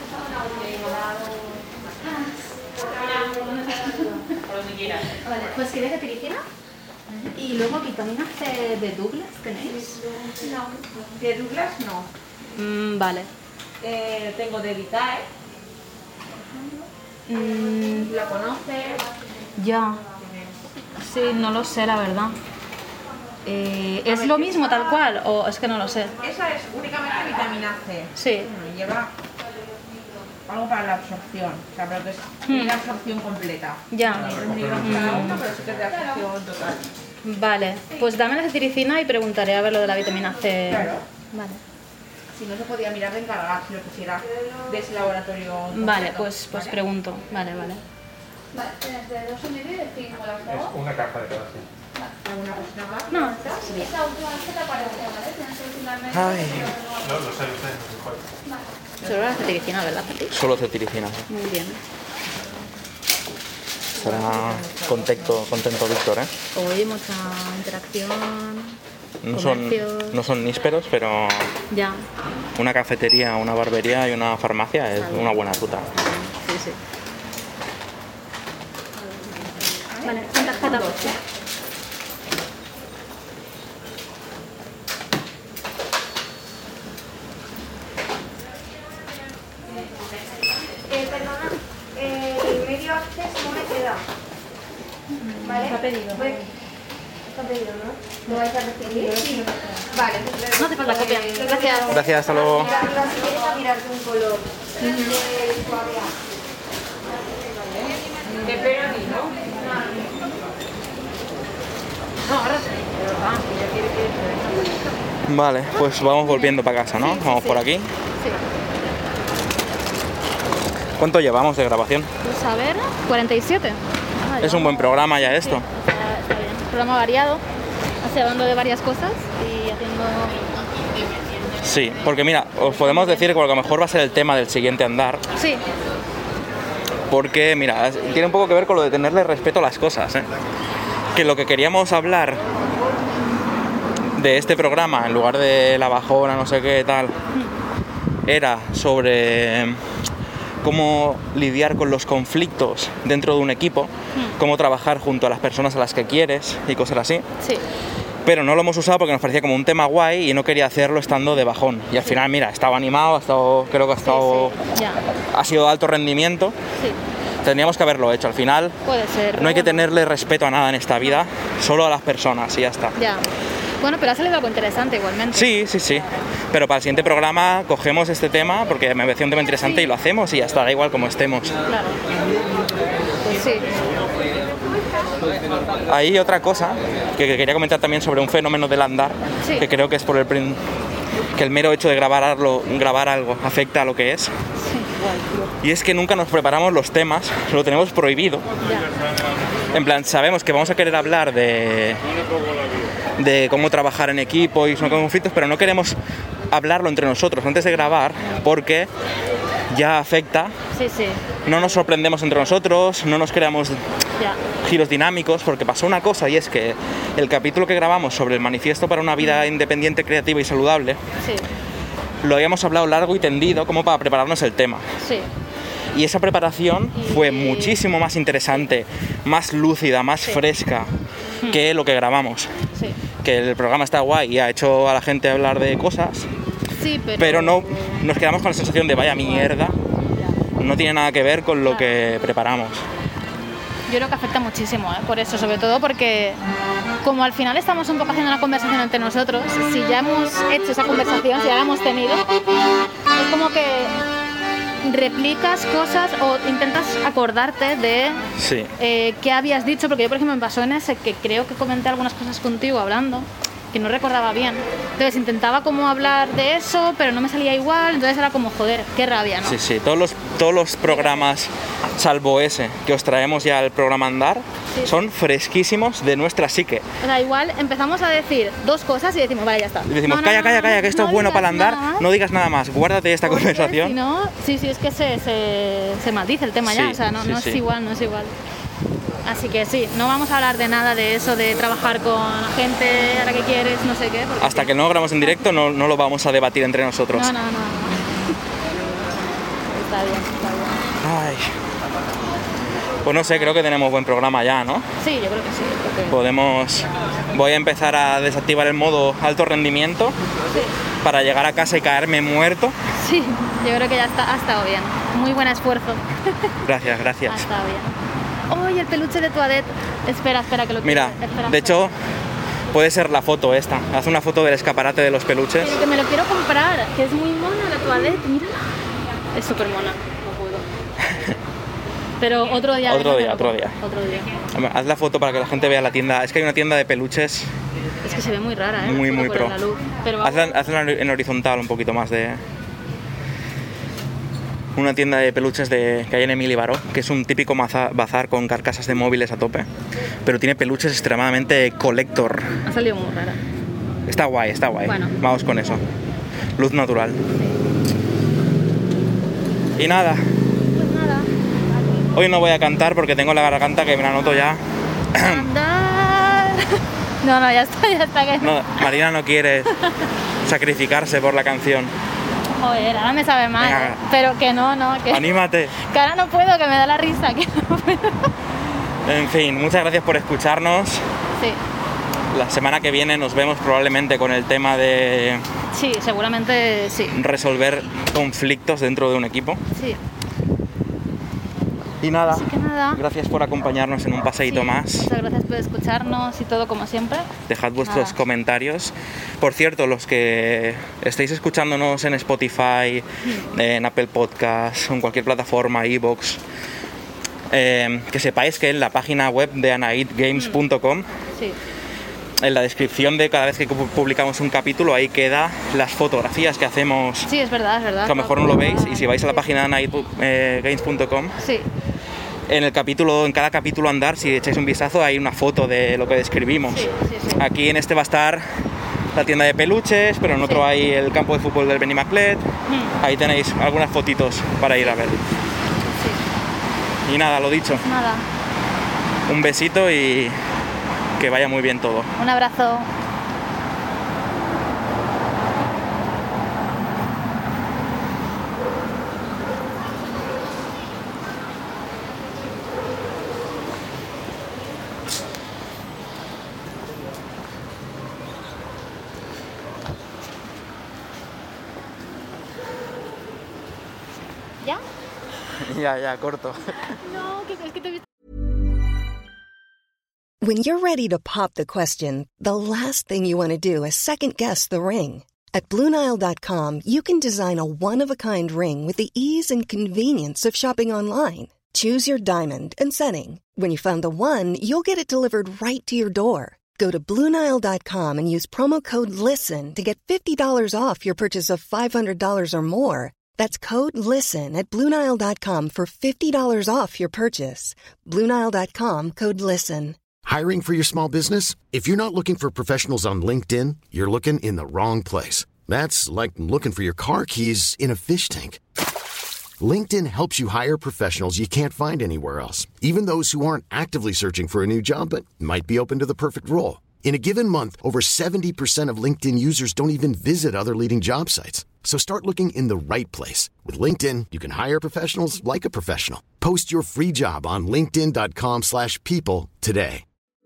Vale, pues ¿quieres de piricina? Y luego vitaminas C de Douglas, ¿tenéis? No, de Douglas no. Mm, vale. Eh, tengo de Vitae, Mm, ¿la conoces? ya. Sí, no lo sé, la verdad. Eh, ¿Es lo mismo tal cual o es que no lo sé? Esa es únicamente vitamina C. Sí. Bueno, lleva algo para la absorción, o sea, pero que es tiene la absorción completa. Ya. No hay miligramos cada uno, pero sí que es de absorción total. Vale, pues dame la cetiricina y preguntaré a ver lo de la vitamina C. Claro. Vale. Si no se podía mirar de encargar, si lo quisiera de ese laboratorio. Vale, concreto, pues, pues ¿vale? pregunto. Vale, vale. Vale, tienes de dos y medio y de cinco las dos. Una caja de cada sí. ¿Alguna cosita más? No, Esa última vez que te aparece, ¿vale? Tienes que decirme Ay. No, lo sé, lo sé, no sé. solo la cetiricina, ¿verdad, Pati? Solo cetiricina. Sí. Muy bien. Estará contento, contento Víctor, ¿eh? Hoy mucha interacción. No son, Comercios. no son nísperos, pero Ya. una cafetería, una barbería y una farmacia es una buena ruta. Sí, sí. Vale, con tarjeta. Eh, perdona, eh, el medio access no me queda. ¿Vale? Está pedido. Voy- Está pedido, ¿no? ¿Lo vais a recibir? Sí. Vale. No hace falta copia. Eh, Gracias. Gracias, hasta luego. Mirarla, si quieres, a mirar de un color. Eh, suave. De Peroni, ¿no? Vale, pues vamos volviendo para casa, ¿no? Vamos por aquí. Sí. ¿Cuánto llevamos de grabación? Pues a ver, cuarenta y siete. Ah, Es un buen programa ya esto. Está, está bien. Programa variado, así hablando de varias cosas y haciendo... Sí, porque mira, os podemos decir que a lo mejor va a ser el tema del siguiente andar, Sí, porque mira, es- tiene un poco que ver con lo de tenerle respeto a las cosas, ¿eh? Que lo que queríamos hablar de este programa, en lugar de la bajona, no sé qué tal, era sobre cómo lidiar con los conflictos dentro de un equipo, cómo trabajar junto a las personas a las que quieres y cosas así. sí, Pero no lo hemos usado porque nos parecía como un tema guay y no quería hacerlo estando de bajón. Y al final, mira, ha estado animado, ha estado, creo que ha estado, sí, ya, ha sido de alto rendimiento. sí, Tendríamos que haberlo hecho. Al final, puede ser. no hay que Bueno, tenerle respeto a nada en esta vida, solo a las personas y ya está. Ya. Bueno, pero ha salido algo interesante igualmente. Sí, sí, sí. Pero para el siguiente programa cogemos este tema porque me pareció un tema interesante y lo hacemos y ya está, da igual como estemos. Claro. Pues sí. Hay otra cosa que, que quería comentar también sobre un fenómeno del andar, Sí. que creo que es por el prin- que el mero hecho de grabar algo, grabar algo afecta a lo que es. Y es que nunca nos preparamos los temas, lo tenemos prohibido. Ya. En plan, sabemos que vamos a querer hablar de, de cómo trabajar en equipo y son conflictos, pero no queremos hablarlo entre nosotros antes de grabar porque ya afecta, Sí, sí. no nos sorprendemos entre nosotros, no nos creamos Ya. giros dinámicos, porque pasó una cosa y es que el capítulo que grabamos sobre el manifiesto para una vida independiente, creativa y saludable, Sí. lo habíamos hablado largo y tendido como para prepararnos el tema. Sí. Y esa preparación Y- fue muchísimo más interesante, más lúcida, más Sí. fresca que lo que grabamos. Sí. Que el programa está guay y ha hecho a la gente hablar de cosas, Sí, pero... pero no nos quedamos con la sensación de vaya mierda, Ya. no tiene nada que ver con lo Claro. que preparamos. Yo creo que afecta muchísimo, ¿eh? Por eso, sobre todo porque como al final estamos un poco haciendo una conversación entre nosotros, si ya hemos hecho esa conversación, si ya la hemos tenido, es como que replicas cosas o intentas acordarte de Sí. eh, qué habías dicho, porque yo por ejemplo me pasó en ese que creo que comenté algunas cosas contigo hablando, que no recordaba bien. Entonces intentaba como hablar de eso, pero no me salía igual, entonces era como, joder, qué rabia, ¿no? Sí, sí, todos los, todos los programas, salvo ese que os traemos ya al programa Andar, Sí. son fresquísimos de nuestra psique. O sea, igual empezamos a decir dos cosas y decimos, vale, ya está. Y decimos, No, no, calla, no, calla, no, calla, que esto no es bueno digas para el andar, nada más, no digas nada más, guárdate esta porque conversación. Si no, sí, sí, es que se, se, se maldice el tema ya, Sí, o sea, no, sí, no sí. es igual, no es igual. Así que sí, no vamos a hablar de nada de eso, de trabajar con gente a la que quieres, no sé qué. porque Hasta sí. que no lo grabamos en directo no, no lo vamos a debatir entre nosotros. No, no, no, no. Está bien, está bien. Ay. Pues no sé, creo que tenemos buen programa ya, ¿no? Sí, yo creo que sí. porque- Podemos... Voy a empezar a desactivar el modo alto rendimiento para llegar a casa y caerme muerto. Sí, yo creo que ya está, ha estado bien. Muy buen esfuerzo. Gracias, Ha gracias. estado bien. ¡Uy, el peluche de Toadette! Espera, espera, que lo Mira, quiero- espera, de espera. hecho, puede ser la foto esta. Haz una foto del escaparate de los peluches. Pero que me lo quiero comprar, que es muy mona la Toadette, mírala. Es súper mona, no puedo. Pero otro día. Otro venga, día, me lo otro compro, día. Otro día. Haz la foto para que la gente vea la tienda. Es que hay una tienda de peluches. Es que se ve muy rara, ¿eh? Muy, Solo muy por pro. la luz. Pero Hazla, hazla en horizontal un poquito más de... Una tienda de peluches de, que hay en Emili Baró, que es un típico maza- bazar con carcasas de móviles a tope, pero tiene peluches extremadamente collector. ha salido muy rara. Está guay, está guay. Bueno. Vamos con eso. Luz natural. Y nada, Pues nada. hoy no voy a cantar porque tengo la garganta que me la noto ya. Andar. No, no, ya está, ya está. Que... No, Marina no quiere sacrificarse por la canción. Joder, ahora me sabe mal. Venga. ¿eh? Pero que no, no, que, Anímate. que ahora no puedo, que me da la risa. Que no puedo. En fin, muchas gracias por escucharnos. Sí, La semana que viene nos vemos probablemente con el tema de sí, seguramente sí. resolver conflictos dentro de un equipo. Sí. Y nada, Así que nada. gracias por acompañarnos en un paseíto Sí, más. Muchas gracias por escucharnos y todo como siempre. Dejad vuestros Nada. comentarios. Por cierto, los que estéis escuchándonos en Spotify, en Apple Podcasts, en cualquier plataforma, iVoox, eh, que sepáis que en la página web de anaidgames punto com, Sí. en la descripción de cada vez que pu- publicamos un capítulo, ahí queda las fotografías que hacemos. Sí, es verdad, es verdad. Que a lo mejor no lo veis, y si vais a la página de anaidgames punto com, Sí, en el capítulo, en cada capítulo andar, si echáis un vistazo, hay una foto de lo que describimos. sí, sí, sí. Aquí en este va a estar la tienda de peluches, pero en otro Sí. hay el campo de fútbol del Benimaclet. Mm, Ahí tenéis algunas fotitos para ir a ver. sí. Y nada, lo dicho, Nada, un besito y que vaya muy bien todo. un abrazo. ¿Ya? Ya, ya, corto. No, que es que te he visto. When you're ready to pop the question, the last thing you want to do is second-guess the ring. At Blue Nile dot com, you can design a one-of-a-kind ring with the ease and convenience of shopping online. Choose your diamond and setting. When you find the one, you'll get it delivered right to your door. Go to Blue Nile dot com and use promo code LISTEN to get fifty dollars off your purchase of five hundred dollars or more. That's code LISTEN at Blue Nile dot com for fifty dollars off your purchase. Blue Nile dot com, code LISTEN. Hiring for your small business? If you're not looking for professionals on LinkedIn, you're looking in the wrong place. That's like looking for your car keys in a fish tank. LinkedIn helps you hire professionals you can't find anywhere else, even those who aren't actively searching for a new job but might be open to the perfect role. In a given month, over seventy percent of LinkedIn users don't even visit other leading job sites. So start looking in the right place. With LinkedIn, you can hire professionals like a professional. Post your free job on linkedin dot com slash people today.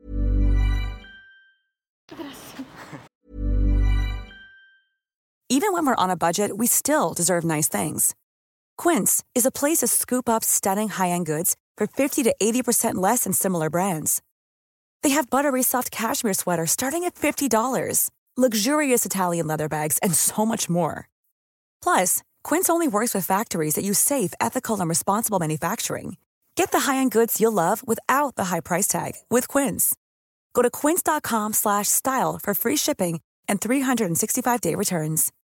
Even when we're on a budget, we still deserve nice things. Quince is a place to scoop up stunning high-end goods for fifty to eighty percent less than similar brands. They have buttery soft cashmere sweaters starting at fifty dollars, luxurious Italian leather bags, and so much more. Plus, Quince only works with factories that use safe, ethical, and responsible manufacturing. Get the high-end goods you'll love without the high price tag with Quince. Go to quince dot com slash style for free shipping and three sixty-five day returns.